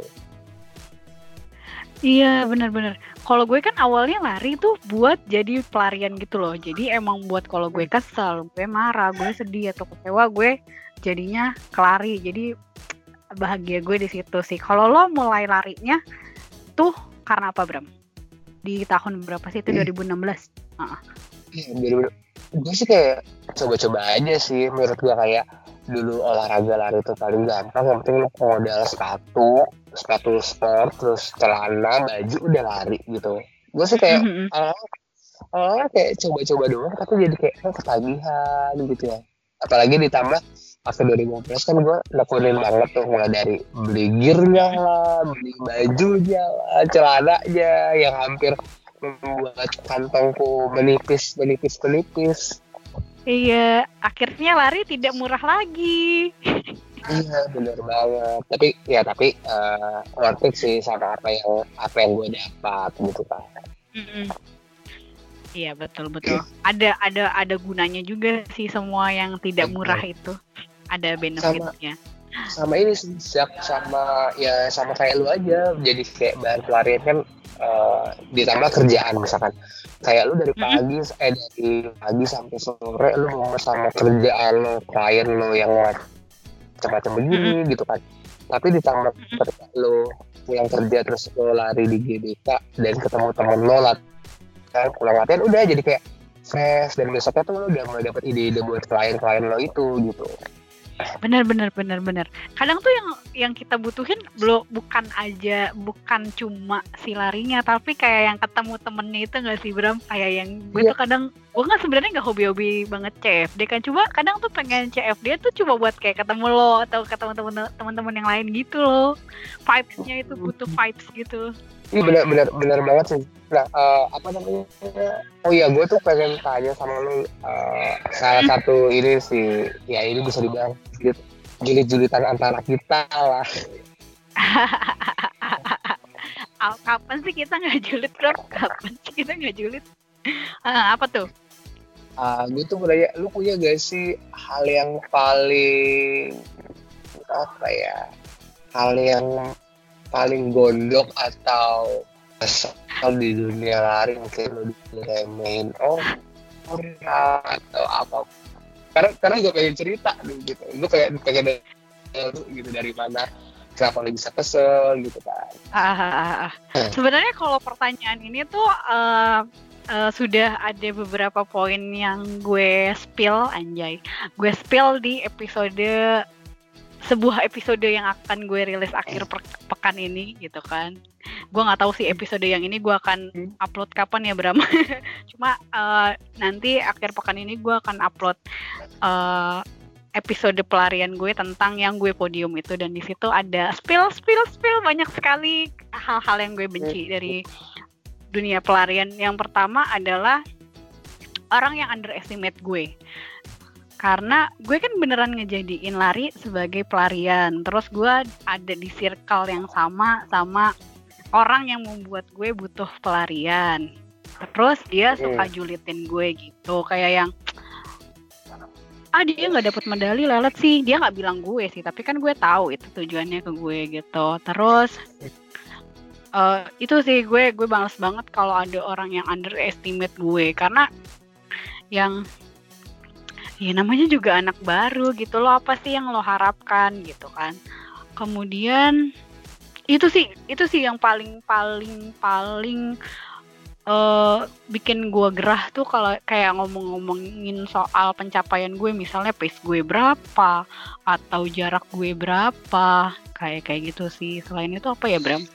Iya, benar-benar. Kalau gue kan awalnya lari tuh buat jadi pelarian gitu loh. Jadi emang buat kalau gue kesel, gue marah, gue sedih atau kecewa, gue jadinya kelari. Jadi bahagia gue di situ sih. Kalau lo mulai larinya tuh karena apa, Bram? Di tahun berapa sih itu? dua ribu enam belas. Uh-uh. Iya, gue sih kayak coba-coba aja sih. Menurut gue kayak dulu olahraga lari itu paling gampang. Yang penting lo modal sepatu, sepatu sport, terus celana, baju, udah lari gitu. Gue sih kayak mm-hmm. awalnya kayak coba-coba doang, tapi jadi kayak oh, ketagihan gitu ya. Apalagi ditambah pas dua ribu empat belas kan gue nekunin banget tuh, mulai dari beli gearnya lah, beli bajunya lah, celananya yang hampir membuat kantongku menipis, menipis, menipis. Iya, akhirnya lari tidak murah lagi. Iya, benar banget. Tapi ya tapi uh, worth it sih sama apa yang apa yang gue dapat gitu kan. Mm-hmm. Iya, betul betul. ada ada ada gunanya juga sih semua yang tidak murah itu. Ada benefitnya. Sama, sama ini sih, sama ya sama kayak lu aja. Jadi kayak bahan pelarian kan uh, ditambah kerjaan misalkan. Kayak lu dari pagi mm-hmm. eh dari pagi sampai sore lu mau sama kerjaan lo, klien lo yang macam-macam begini mm-hmm. gitu kan. Tapi ditambah mm-hmm. ketika lo pulang kerja terus lo lari di G B K dan ketemu temen lo latihan, pulang latihan udah jadi kayak fresh, dan besoknya tuh lo udah mulai dapat ide-ide buat klien-klien lo itu gitu. Benar benar benar benar. Kadang tuh yang yang kita butuhin belum bukan aja bukan cuma si larinya, tapi kayak yang ketemu temennya itu nggak sih, Bram? Kayak yang gue yeah. tuh kadang gue nggak sebenarnya nggak hobi-hobi banget C F D kan, cuma kadang tuh pengen C F D tuh cuma buat kayak ketemu lo atau ketemu teman-teman yang lain gitu loh. Vibes-nya itu butuh vibes gitu. Iya benar benar benar banget sih. Nah uh, apa namanya? Oh iya, gue tuh pengen tanya sama lo uh, salah hmm. satu ini sih, ya ini bisa dibilang julid-julitan antara kita lah. Kapan sih kita nggak julid, Bro? Kapan sih kita nggak julid? Uh, apa tuh? Uh, gue tuh punya, lu punya gak sih hal yang paling apa ya, hal yang paling gondok atau kesal di dunia lari mungkin lo diremehin oh ya, atau apa, karena karena gue pengen cerita nih gitu, gue pengen pengen gitu dari mana kenapa lo bisa kesel gitu kan. Ah, ah, ah, ah. Sebenarnya kalau pertanyaan ini tuh uh, uh, sudah ada beberapa poin yang gue spill, anjay, gue spill di episode sebuah episode yang akan gue rilis akhir per- pekan ini gitu kan. Gue nggak tahu sih episode yang ini gue akan upload kapan ya Bram. Cuma uh, nanti akhir pekan ini gue akan upload uh, episode pelarian gue tentang yang gue podium itu, dan di situ ada spill spill spill banyak sekali hal-hal yang gue benci dari dunia pelarian. Yang pertama adalah orang yang underestimate gue. Karena gue kan beneran ngejadiin lari sebagai pelarian. Terus gue ada di circle yang sama sama orang yang membuat gue butuh pelarian. Terus dia suka julitin gue gitu. Kayak yang, ah dia gak dapet medali lelet sih. Dia gak bilang gue sih, tapi kan gue tahu itu tujuannya ke gue gitu. Terus uh, itu sih gue gue males banget kalau ada orang yang underestimate gue. Karena yang ya namanya juga anak baru gitu, lo apa sih yang lo harapkan gitu kan. Kemudian itu sih itu sih yang paling paling paling uh, bikin gue gerah tuh kalau kayak ngomong-ngomongin soal pencapaian gue, misalnya pace gue berapa atau jarak gue berapa, kayak kayak gitu sih. Selain itu apa ya Bram?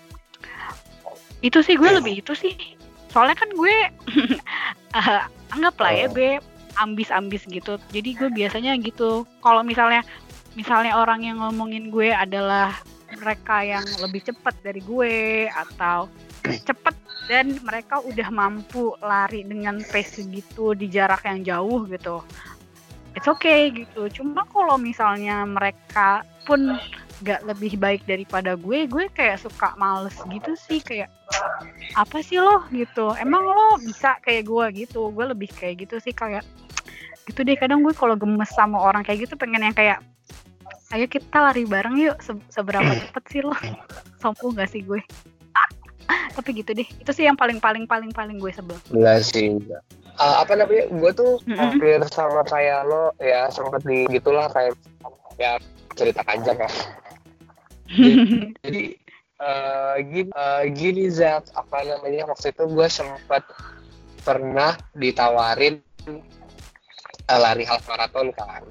Itu sih gue lebih itu sih, soalnya kan gue uh, anggaplah ya gue ambis-ambis gitu. Jadi gue biasanya gitu. Kalau misalnya misalnya orang yang ngomongin gue adalah mereka yang lebih cepat dari gue atau cepat dan mereka udah mampu lari dengan pace gitu di jarak yang jauh gitu, it's okay gitu. Cuma kalau misalnya mereka pun gak lebih baik daripada gue, gue kayak suka males gitu sih. Kayak apa sih lo gitu, emang lo bisa kayak gue gitu. Gue lebih kayak gitu sih, kayak gitu deh. Kadang gue kalau gemes sama orang kayak gitu pengen yang kayak, ayo kita lari bareng yuk, Se- seberapa cepet sih lo, sombong gak sih gue. Tapi gitu deh, itu sih yang paling paling paling paling gue sebel. Enggak sih, uh, apa namanya, gue tuh mm-hmm. hampir sama kayak lo ya, sempet di gitulah kayak ya cerita panjang ya. jadi, jadi uh, gini, uh, gini Zat, apa namanya, waktu itu gue sempat pernah ditawarin uh, lari half marathon kan.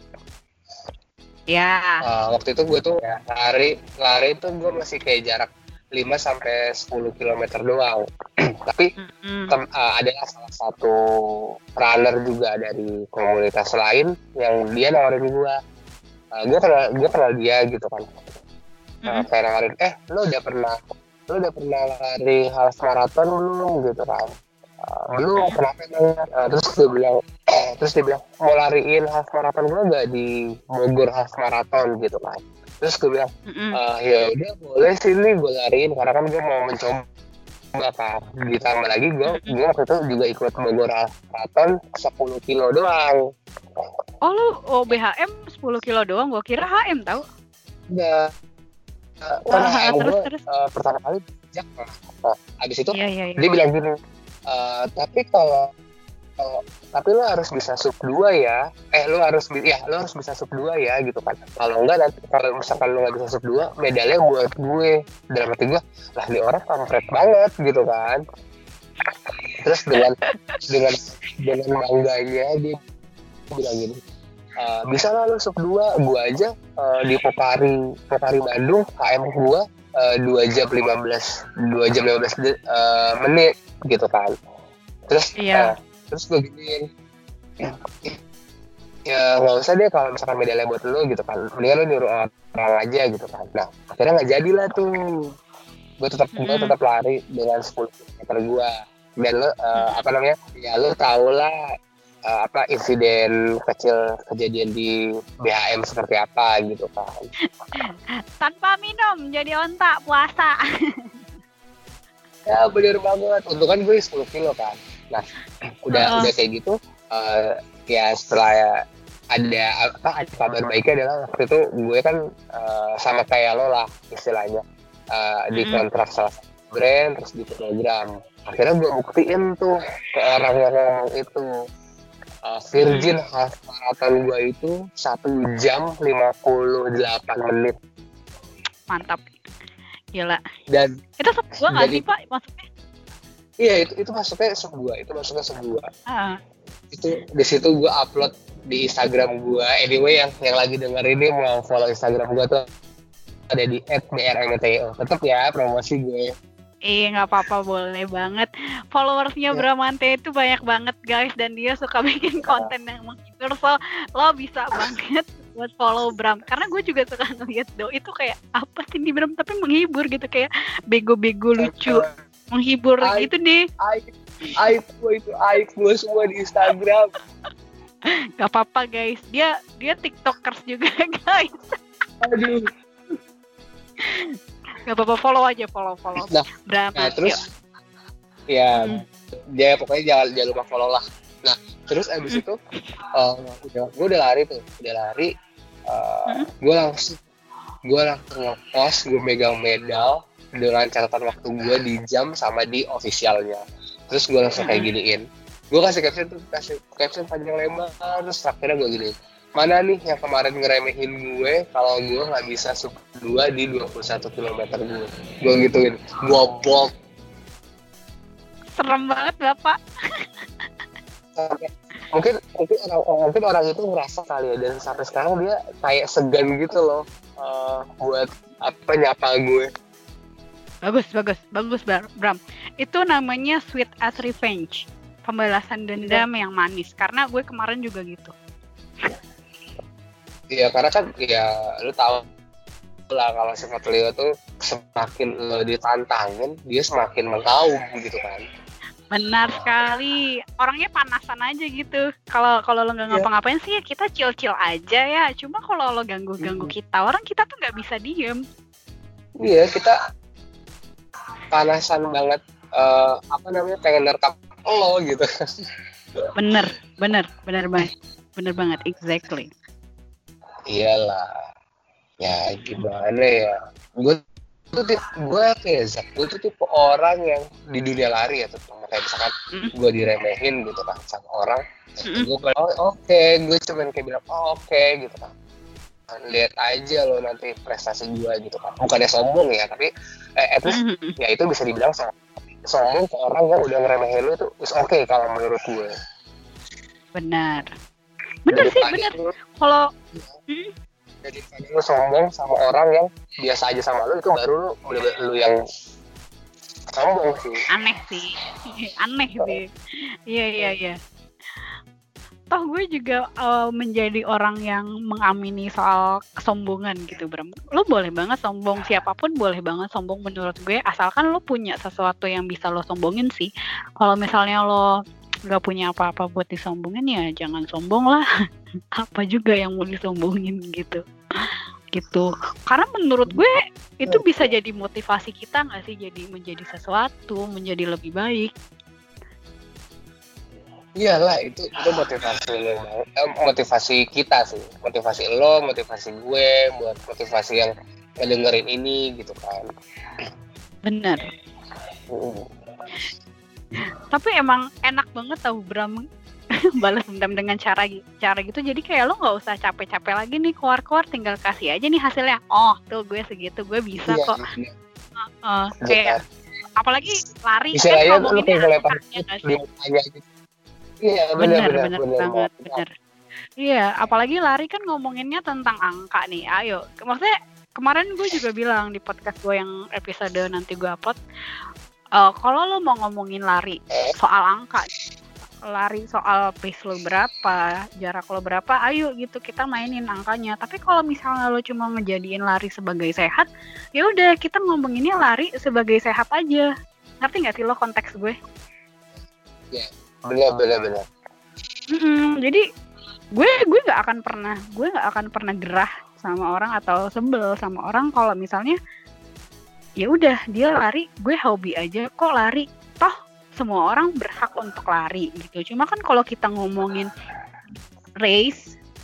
Ya. Uh, waktu itu gue tuh ya, lari lari tuh gue masih kayak jarak lima sampai sepuluh kilometer doang. Tapi mm-hmm. tem, uh, adalah salah satu runner juga dari komunitas lain yang dia nawarin gue. Uh, gue kenal gue kenal dia gitu kan. Uh, mm-hmm. Kayak nawarin, eh lo udah pernah lo udah pernah lari half marathon belum gitu kan? Uh, belum, kenapa emang? Uh, terus dia bilang, eh, terus dia bilang mau lariin half marathon gue gak di Bogor half marathon gitu kan? Terus gue bilang, uh, ya udah boleh sini gue lariin karena kan gue mau mencoba kan. Ditambah lagi gue gue waktu itu juga ikut Bogor half marathon sepuluh kilo doang. Oh lu oh, B H M sepuluh kilo doang, gue kira H M tau. Enggak. Uh, karena H M terus, gue terus. Uh, pertama kali bijak. Nah, abis itu iya, iya, iya. dia bilang gini, uh, tapi kalau Oh, tapi lo harus bisa sub dua ya. Eh lo harus ya lo harus bisa sub dua ya gitu kan. Kalau enggak nanti kalau misalkan lo enggak bisa sub dua, medalnya buat gue. Dalam hati gue, lah ini orang kampret banget gitu kan. Terus dengan dengan dengan bangganya dia bilang gini, e, bisa lah lo sub dua, gue aja uh, di Pokari Pokari Bandung H M gue uh, dua jam lima belas uh, menit gitu kan. Terus iya. uh, terus gue giniin, ya nggak usah deh kalau misalkan medalnya buat lo gitu kan, mendingan lo nyuruh orang aja gitu kan. Nah akhirnya nggak jadilah tuh, gue tetap mm-hmm. gue tetap lari dengan sepuluh kilometer gue. Dan lo uh, apa namanya, ya lo tau lah uh, apa insiden kecil kejadian di B H M seperti apa gitu kan. Tanpa minum jadi ontak puasa. Ya bener banget, untung kan gue sepuluh kilo kan. Nah udah uh. udah kayak gitu, uh, ya setelah ada apa ada kabar baiknya adalah waktu itu gue kan uh, sama kayak lo lah istilahnya uh, di kontrak salah satu brand terus di program. Akhirnya gue buktiin tuh ke orang yang ngomong itu uh, Virgin half marathon gue itu satu jam lima puluh delapan menit. Mantap, gila. Dan itu sebuah nggak sih Pak maksudnya? Iya itu itu masuknya sebuah itu masuknya sebuah. Uh. Itu di situ gue upload di Instagram gue. Anyway yang yang lagi denger ini mau follow Instagram gue tuh ada di et b r m t o. Tetap ya promosi gue. Iya nggak apa-apa, boleh banget. Followersnya ya. Bramante itu banyak banget guys, dan dia suka bikin konten yang menghibur, so lo bisa banget buat follow Bram. Karena gue juga suka ngeliat do itu kayak apa sih di Bram tapi menghibur gitu, kayak bego-bego lucu, menghibur aib, gitu deh. Aib, aib gue itu aib gue semua di Instagram. Gak apa-apa guys, dia dia tiktokers juga guys. Aduh. Gak apa-apa, follow aja, follow follow. Nah, Bram, nah terus ya hmm. dia pokoknya jangan jangan lupa follow lah. Nah terus abis hmm. itu uh, udah gue udah lari tuh udah lari uh, hmm. gue langsung gue langsung ngepost gue megang medal dengan catatan waktu gue di jam sama di officialnya. Terus gue langsung kayak giniin, gue kasih caption tuh kasih caption panjang lebar, terus akhirnya gue giniin, mana nih yang kemarin ngeremehin gue kalau gue nggak bisa sub dua di dua puluh satu kilometer gue, gue gituin, gue bold. Serem banget Bapak. mungkin mungkin orang mungkin orang itu ngerasa kali ya, dan sampai sekarang dia kayak segan gitu loh uh, buat apa nyapa gue. Bagus bagus bagus Bram. Itu namanya sweet as revenge, pembalasan dendam ya. Yang manis. Karena gue kemarin juga gitu. Iya karena kan ya lu tahu lah kalau sifat Leo tuh semakin lo ditantangin dia semakin mengkaum gitu kan. Benar sekali, orangnya panasan aja gitu. Kalau kalau lo nggak ngapa-ngapain sih ya kita chill-chill aja ya. Cuma kalau lo ganggu-ganggu hmm. kita, orang kita tuh nggak bisa diem. Iya kita panasan banget, uh, apa namanya pengen nerekam lo gitu. Bener, bener, bener banget, bener banget, exactly. Iyalah, ya gimana ya, gue tuh tipe, gue kayak Zak, gue tuh tipe orang yang di dunia lari ya tuh, kayak misalkan mm. gue diremehin gitu kan sama orang, mm. gue bilang oh, oke, okay. gue cuman kayak bilang oh, oke okay, gitu kan, lihat aja lo nanti prestasi gue gitu kan, bukannya sombong ya, tapi eh, at least mm. ya itu bisa dibilang sombong, sombong ke orang yang udah ngeremehin lo itu is oke okay, kalau menurut gue. Benar. Bener sih, bener. Kalau hmm? jadi lu sombong sama orang yang biasa aja sama lu, itu baru lu udah lu yang sombong sih. Aneh sih, aneh sih. Iya iya iya. Toh gue juga uh, menjadi orang yang mengamini soal kesombongan gitu, Bram. Lo boleh banget sombong, siapapun boleh banget sombong menurut gue, asalkan lo punya sesuatu yang bisa lo sombongin sih. Kalau misalnya lo nggak punya apa-apa buat disombongin ya jangan sombong lah. Apa juga yang mau disombongin gitu gitu karena menurut gue itu bisa jadi motivasi kita nggak sih, jadi menjadi sesuatu, menjadi lebih baik. Iyalah itu itu motivasi lo, eh, motivasi kita sih, motivasi lo, motivasi gue, buat motivasi yang ngedengerin ini gitu kan. Bener. uh. Tapi emang enak banget tau Bram balas dendam dengan cara cara gitu, jadi kayak lo nggak usah capek-capek lagi nih keluar-keluar, tinggal kasih aja nih hasilnya, oh tuh gue segitu gue bisa iya, kok iya. Uh, uh, kayak apalagi lari istilahnya kan ngomonginnya angkanya nggak sih? Iya bener bener, bener, bener banget bener. Iya apalagi lari kan ngomonginnya tentang angka nih, ayo maksudnya kemarin gue juga bilang di podcast gue yang episode nanti gue upload, uh, kalau lo mau ngomongin lari soal angka, lari soal pace lo berapa, jarak lo berapa, ayo gitu kita mainin angkanya. Tapi kalau misalnya lo cuma ngejadiin lari sebagai sehat, ya udah kita ngomonginnya lari sebagai sehat aja. Ngerti nggak sih lo konteks gue? Ya, benar benar benar. Mm-mm, jadi gue gue nggak akan pernah gue nggak akan pernah gerah sama orang atau sebel sama orang kalau misalnya ya udah dia lari, gue hobi aja kok lari, toh semua orang berhak untuk lari gitu. Cuma kan kalau kita ngomongin race,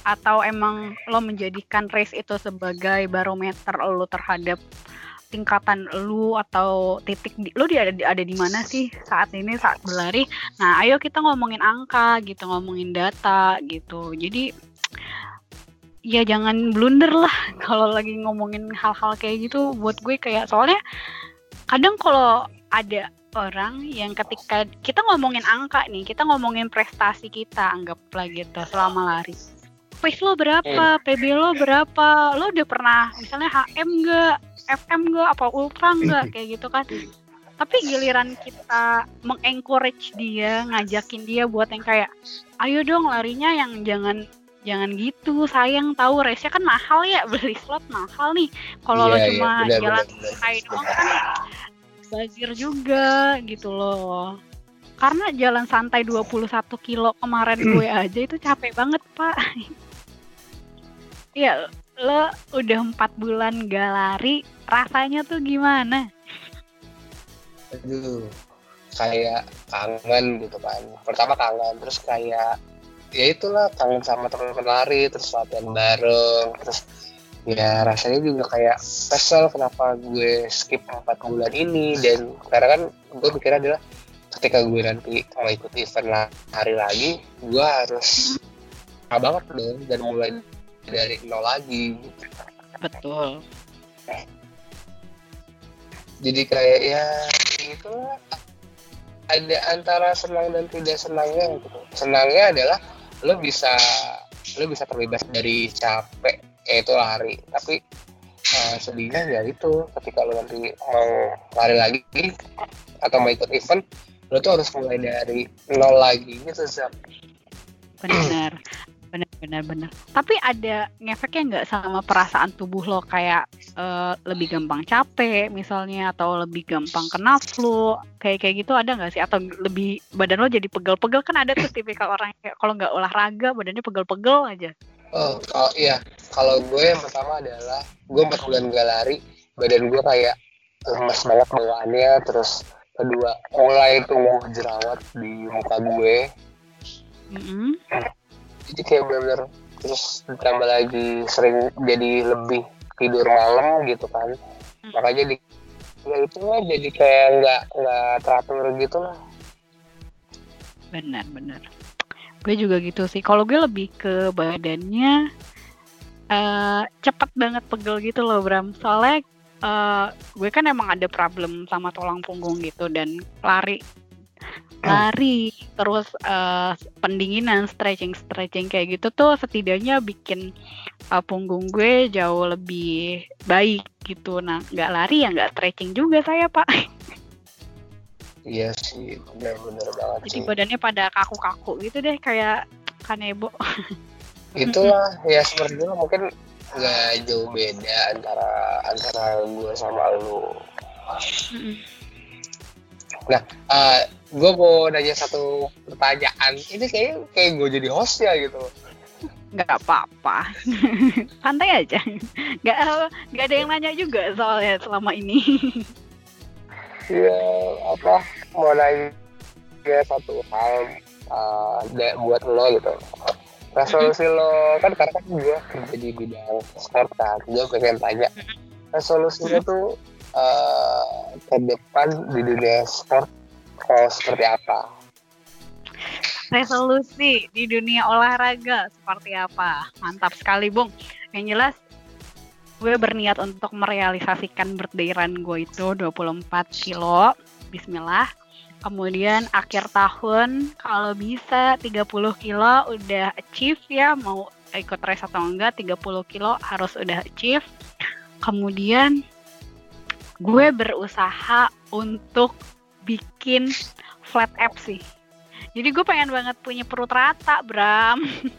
atau emang lo menjadikan race itu sebagai barometer lo terhadap tingkatan lu atau titik di, lu di ada ada di mana sih saat ini saat berlari? Nah, ayo kita ngomongin angka gitu, ngomongin data gitu. Jadi ya jangan blunder lah kalau lagi ngomongin hal-hal kayak gitu. Buat gue kayak soalnya kadang kalau ada orang yang ketika kita ngomongin angka nih, kita ngomongin prestasi kita, anggaplah gitu selama lari. Pace lo berapa, P B lo berapa, lo udah pernah misalnya H M nggak, F M nggak, apa ultra nggak, kayak gitu kan. Tapi giliran kita mengencourage dia, ngajakin dia buat yang kayak, ayo dong larinya yang jangan jangan gitu, sayang tahu race-nya kan mahal ya, beli slot mahal nih. Kalau Iya, lo iya, cuma benar, jalan benar, benar. santai doang kan bazir juga gitu loh. Karena jalan santai dua puluh satu kilo kemarin gue aja itu capek banget, Pak. Iya, lo udah empat bulan gak lari, rasanya tuh gimana? Aduh, kayak kangen gitu kan. Pertama kangen, terus kayak ya itulah kangen sama teman-teman lari, terus latihan bareng, terus ya rasanya juga kayak kesel kenapa gue skip empat bulan ini. Dan karena kan gue pikirnya adalah ketika gue nanti mau ikut event lari lagi, gue harus ah banget dong dan mulai dari nol lagi. Betul. Jadi kayak ya itu ada antara senang dan tidak senangnya gitu. Senangnya adalah lo bisa lo bisa terbebas dari capek yaitu lari, tapi uh, sedihnya ya itu ketika lo nanti mau lari lagi atau mau ikut event, lo tuh harus mulai dari nol lagi gitu sih. Benar. Benar-benar benar. Tapi ada ngefeknya nggak sama perasaan tubuh lo kayak uh, lebih gampang capek misalnya atau lebih gampang kena flu kayak kayak gitu ada nggak sih, atau lebih badan lo jadi pegel-pegel? Kan ada tuh tipikal orang kayak kalau nggak olahraga badannya pegel-pegel aja. Oh, oh iya, kalau gue yang pertama adalah gue empat bulan gak lari, badan gue kayak lemas banget bawaannya. Terus kedua mulai tumbuh jerawat di muka gue. Mm-hmm. Jadi kayak benar-benar, terus ditambah lagi sering jadi lebih tidur malam gitu kan. Hmm. Makanya di ya itu lah jadi kayak nggak nggak teratur gitu lah. Benar-benar. Gue juga gitu sih. Kalau gue lebih ke badannya uh, cepet banget pegel gitu loh, Bram. Soalnya uh, gue kan emang ada problem sama tulang punggung gitu, dan lari lari terus uh, pendinginan, stretching stretching kayak gitu tuh setidaknya bikin uh, punggung gue jauh lebih baik gitu. Nah, nggak lari ya nggak stretching juga saya, Pak. Iya sih, benar-benar banget. Jadi sih. badannya pada kaku-kaku gitu deh, kayak kanebo. Itulah ya seperti itu, mungkin nggak jauh beda antara antara gue sama lu. Nah, uh, gue mau nanya satu pertanyaan. Ini kayak kayak gue jadi hostnya gitu. Nggak apa-apa, santai aja. Nggak nggak ada yang nanya juga soalnya selama ini. Iya, apa mau nanya satu hal uh, buat lo gitu. Resolusi lo kan karena kan gue kerja di bidang sport kan, gue pengen tanya resolusinya tuh uh, ke depan di dunia sport oh, seperti apa? Resolusi di dunia olahraga seperti apa? Mantap sekali, Bung. Yang jelas gue berniat untuk merealisasikan birthday run gue itu dua puluh empat kilo. Bismillah. Kemudian akhir tahun kalau bisa tiga puluh kilo udah achieve ya, mau ikut race atau enggak tiga puluh kilo harus udah achieve. Kemudian gue berusaha untuk bikin flat abs sih. Jadi gue pengen banget punya perut rata, Bram.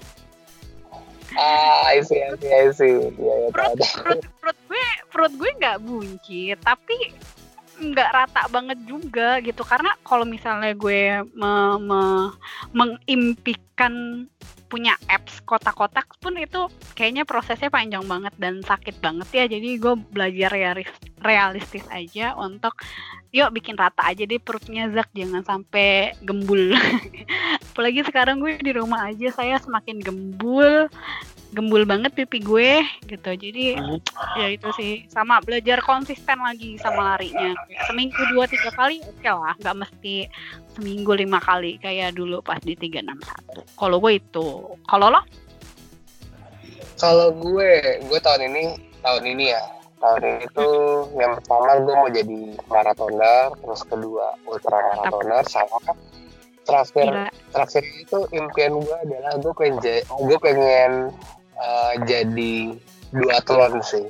Ah, I see, I see, I see. Ya, ya, perut, perut, perut gue, perut gue nggak buncit, tapi nggak rata banget juga gitu. Karena kalau misalnya gue me- me- mengimpikan punya abs kotak-kotak pun itu kayaknya prosesnya panjang banget dan sakit banget ya. Jadi gue belajar realis- realistis aja untuk yuk bikin rata aja deh perutnya, Zak, jangan sampai gembul. Apalagi sekarang gue di rumah aja, saya semakin gembul gembul banget pipi gue gitu. Jadi ya itu sih, sama belajar konsisten lagi sama larinya. Kayak seminggu dua tiga kali oke okay lah, nggak mesti seminggu lima kali kayak dulu pas di tiga enam satu. Kalau gue itu, kalau lo? Kalau gue, gue tahun ini, tahun ini ya, tahun ini tuh yang pertama gue mau jadi maratoner, terus kedua ultra maratoner, sama terakhir Gila. terakhir itu impian gue adalah gue pengen j- gue pengen uh, jadi duathlon sih.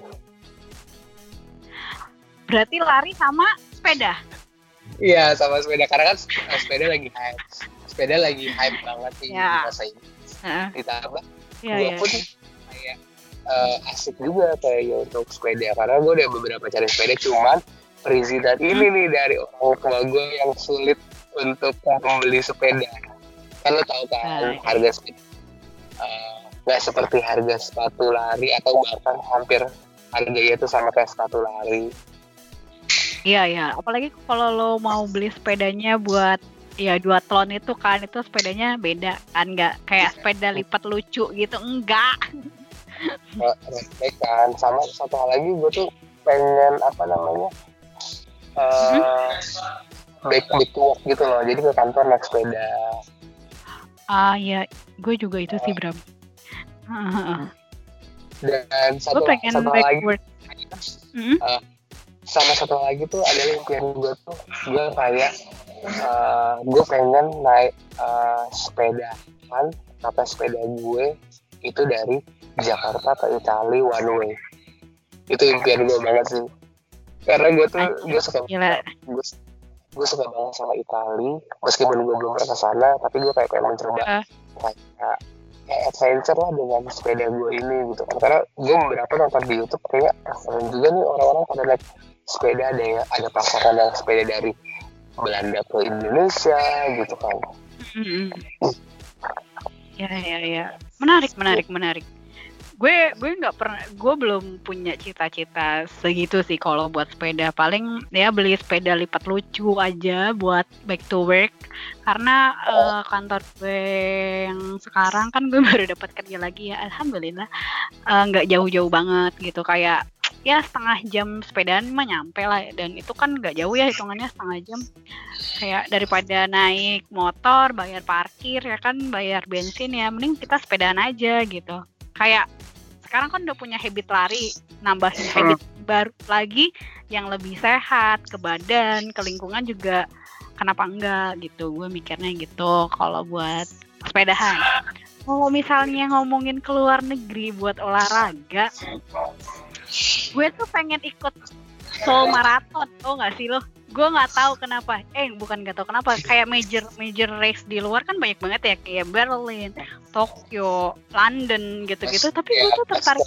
Berarti lari sama sepeda? Iya, sama sepeda, karena kan sepeda lagi hype, sepeda lagi hype banget sih Ya. di masa ini. Uh, Ditambah ya, gue ya, pun ya. kayak uh, asik juga kayaknya untuk sepeda, karena gue udah beberapa cari sepeda, cuman perizinan ini nih dari orang tua gue yang sulit untuk membeli sepeda. Kan lo tau kan Ah, iya. harga sepeda nggak uh, seperti harga sepatu lari, atau bahkan hampir harganya itu sama kayak sepatu lari. Iya ya, apalagi kalau lo mau beli sepedanya buat ya duathlon itu kan, itu sepedanya beda kan, nggak kayak sepeda lipat lucu gitu, enggak. Respect kan. Sama satu hal lagi, gue tuh pengen apa namanya uh, hmm? back back to work gitu loh, jadi ke kantor naik sepeda. Ah ya, gue juga itu sih Bram. Dan satu, gue pengen satu hal lagi hmm? uh, sama satu hal lagi tuh adalah impian gue tuh, gue kayak uh, gue pengen naik uh, sepeda kan, apa sepeda gue itu dari Jakarta ke Itali one way. Itu impian gue banget sih, karena gue tuh gue suka gue, gue suka banget sama Itali, meskipun gue belum pernah kesana, tapi gue kayak pengen mencoba uh. kayak kayak adventure lah dengan sepeda gue ini gitu kan. Karena gue beberapa nonton di YouTube kayak keren juga nih orang-orang pada naik sepeda, ada ya, ada pasaran yang sepeda dari Belanda ke Indonesia gitu kan. Mm-hmm. Ya ya ya, menarik menarik menarik. Gue gue nggak pernah, gue belum punya cita-cita segitu sih kalau buat sepeda. Paling ya beli sepeda lipat lucu aja buat back to work, karena uh, kantor gue yang sekarang kan gue baru dapat kerja lagi ya, alhamdulillah nggak uh, jauh-jauh banget gitu, kayak ya setengah jam sepedaan mah nyampe lah, dan itu kan nggak jauh ya hitungannya setengah jam. Kayak daripada naik motor bayar parkir ya kan, bayar bensin, ya mending kita sepedaan aja gitu. Kayak sekarang kan udah punya habit lari, nambahin habit baru lagi yang lebih sehat ke badan, ke lingkungan juga, kenapa enggak gitu. Gue mikirnya gitu kalau buat sepedahan. Kalau misalnya ngomongin ke luar negeri buat olahraga, gue tuh pengen ikut Seoul Marathon, tau gak sih lo? Gue nggak tahu kenapa, eh bukan nggak tahu kenapa, kayak major major race di luar kan banyak banget ya, kayak Berlin, Tokyo, London gitu-gitu. Tapi gue tuh tertarik,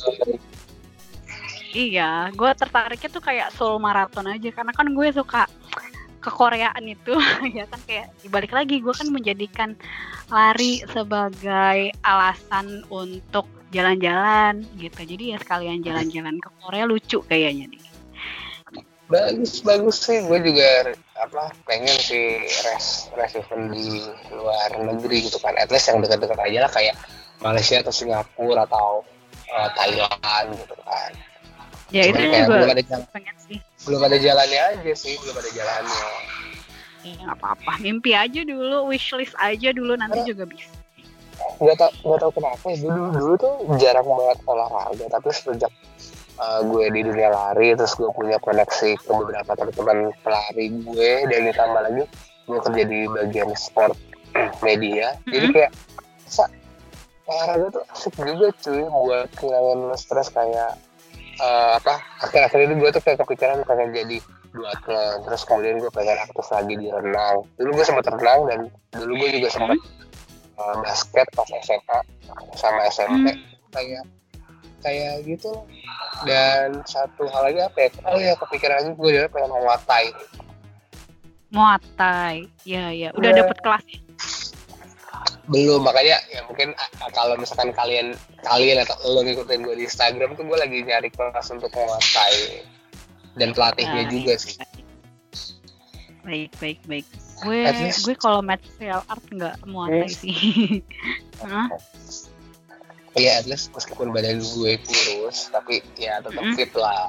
iya, gue tertariknya tuh kayak Seoul Marathon aja, karena kan gue suka kekoreaan itu, ya kan, kayak dibalik lagi gue kan menjadikan lari sebagai alasan untuk jalan-jalan gitu. Jadi ya sekalian jalan-jalan ke Korea, lucu kayaknya nih. Bagus bagus sih, gue juga apa pengen sih race race event di luar negeri gitu kan, at least yang dekat-dekat aja lah, kayak Malaysia atau Singapura atau uh, Thailand gitu kan. Ya cuman itu kayak juga belum ada jalan, pengen sih. Belum ada jalannya aja sih, belum ada jalannya. Iya nggak apa-apa, mimpi aja dulu, wishlist aja dulu, nanti juga bisa. Nggak tau nggak tau kenapa ya, dulu dulu tuh jarang banget olahraga, tapi sejak Uh, gue di dunia lari, terus gue punya koneksi ke beberapa teman-teman pelari gue, dan ditambah lagi gue kerja di bagian sport media, mm-hmm. jadi kayak sa, olahraga tuh asik juga cuy buat ngilangin stres. Kayak uh, apa akhir-akhir ini gue tuh kayak kepikiran pengen jadi duathlon, terus kemudian gue pengen aktif lagi di renang. Dulu gue sempat renang, dan dulu gue juga sempat uh, basket pas S M A sama S M P, mm-hmm. kayak kayak gitu. Dan satu hal lagi apa ya, oh ya kepikiran gue juga pengen Muay Thai. Muay Thai, ya ya, udah ya. Dapet kelasnya? Belum, makanya ya mungkin kalau misalkan kalian kalian atau lo ngikutin gue di Instagram tuh, gue lagi nyari kelas untuk Muay Thai dan pelatihnya nah, juga sih. Baik baik baik. Gue gue kalau martial art nggak Muay Thai sih. Hah? ya at least meskipun badan gue kurus tapi ya tetap Mm-mm. fit lah.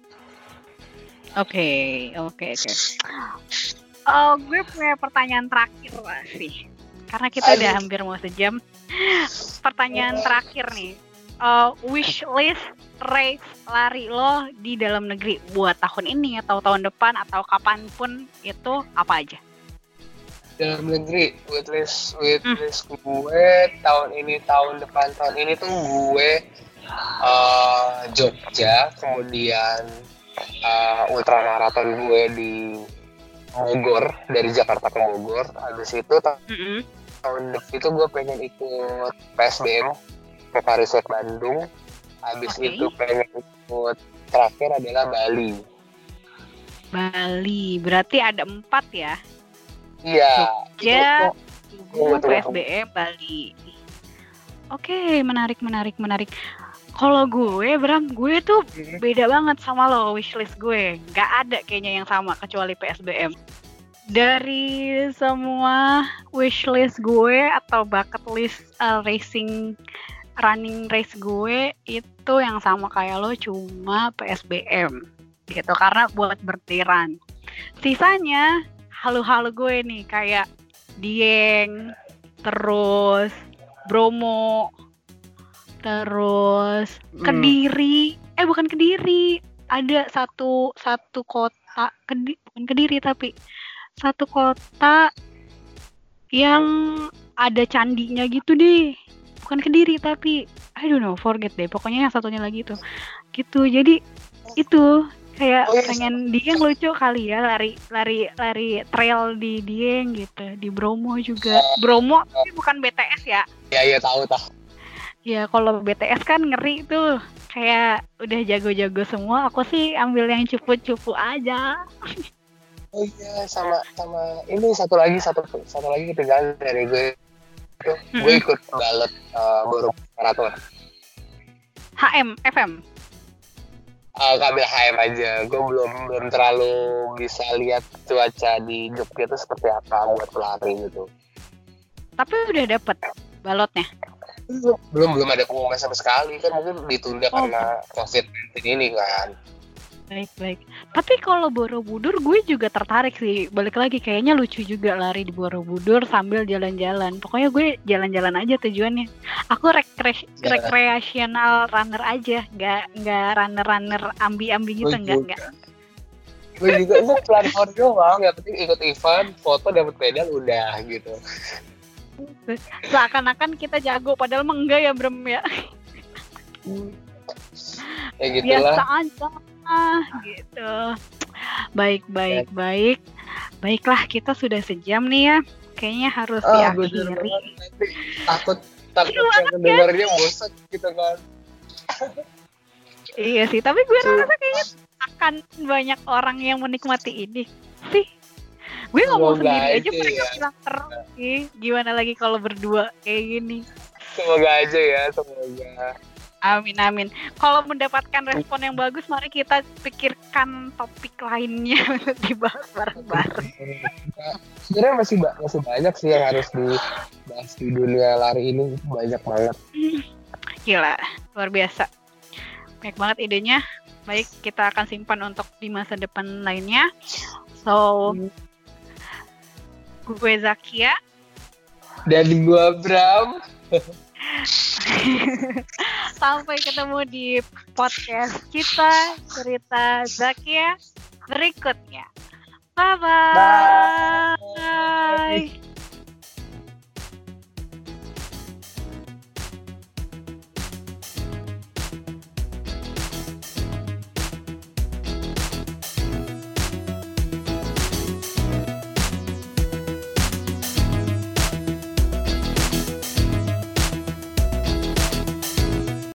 Oke, oke, oke. Oh, gue punya pertanyaan terakhir lah sih. Karena kita udah Aduh. hampir mau sejam. Pertanyaan terakhir nih. Uh, wish list race lari lo di dalam negeri buat tahun ini atau tahun depan atau kapanpun itu apa aja? Dalam negeri wishlist Hmm. wishlist gue tahun ini tahun depan tahun ini tuh gue uh, Jogja, kemudian uh, ultramaraton gue di Bogor, dari Jakarta ke Bogor. Habis itu ta- Mm-mm. tahun depan itu gue pengen ikut P S B M ke Parisek Bandung. Habis Oke. itu pengen ikut terakhir adalah Bali. Bali, berarti ada empat ya? Iya. Jogja, itu- Tugu, betul. P S B M, Bali. Oke, menarik, menarik, menarik. Kalau gue, Bram, gue tuh itu- beda banget sama lo wishlist gue. Gak ada kayaknya yang sama kecuali P S B M. Dari semua wishlist gue atau bucket list uh, racing running race gue itu yang sama kayak lo, cuma P S B M gitu, karena buat bertiran. Sisanya halu-halu gue nih kayak Dieng, terus Bromo, terus Hmm. Kediri, eh bukan Kediri, ada satu satu kota Kedi, bukan Kediri tapi satu kota yang ada candinya gitu deh, bukan Kediri tapi I don't know, forget deh, pokoknya yang satunya lagi itu, gitu. Jadi itu kayak Oh, iya, pengen Dieng lucu kali ya, lari lari lari trail di Dieng gitu, di Bromo juga. Bromo tapi bukan B T S ya. Ya iya tahu tahu. Ya kalau B T S kan ngeri tuh, kayak udah jago-jago semua. Aku sih ambil yang cupu-cupu aja. Oh iya, sama sama ini satu lagi satu satu lagi ketinggalan dari gue. Tuh, gue Mm-mm. ikut ballot uh, Borobudur Marathon. H M, F M. Uh, ambil H M aja. Gue belum belum terlalu bisa lihat cuaca di Jogja itu seperti apa buat pelari gitu. Tapi udah dapet balotnya. Belum belum belum ada pengumuman sama sekali, kan mungkin ditunda Oh. karena covid sembilan belas ini kan. Baik, baik. Tapi kalau Borobudur gue juga tertarik sih. Balik lagi kayaknya lucu juga lari di Borobudur sambil jalan-jalan. Pokoknya gue jalan-jalan aja tujuannya. Aku rekre- Ya. rekreasional runner aja, nggak nggak runner-runner ambi-ambi gitu, Gue nggak juga. nggak. Gue juga gue pelan pelan doang, yang penting ikut event, foto dapat medal udah gitu. Seakan-akan kita jago, padahal mah enggak ya, Brem ya. Ya gitulah. Biasa aja gitu. Baik, baik, baik. Baiklah, kita sudah sejam nih ya. Kayaknya harus Ah, bener diakhiri. banget. Nanti takut takut Iya yang dengarnya bosan gitu kan. Iya sih, tapi gue Tuh. rasa kayaknya akan banyak orang yang menikmati ini sih. Gue ngomong Semoga sendiri aja aja mereka ya. bilang terus sih. Gimana lagi kalau berdua kayak gini. Semoga aja ya, semoga. Amin, amin. Kalau mendapatkan respon yang bagus, mari kita pikirkan topik lainnya untuk dibahas bareng-bareng. Sebenarnya masih ba- masih banyak sih yang harus dibahas di dunia lari ini, banyak banget. Gila, luar biasa. Banyak banget idenya. Baik, kita akan simpan untuk di masa depan lainnya. So, gue Zakia. Dan gua Bram. Sampai ketemu di podcast kita, cerita Zakia berikutnya. Bye-bye. Bye.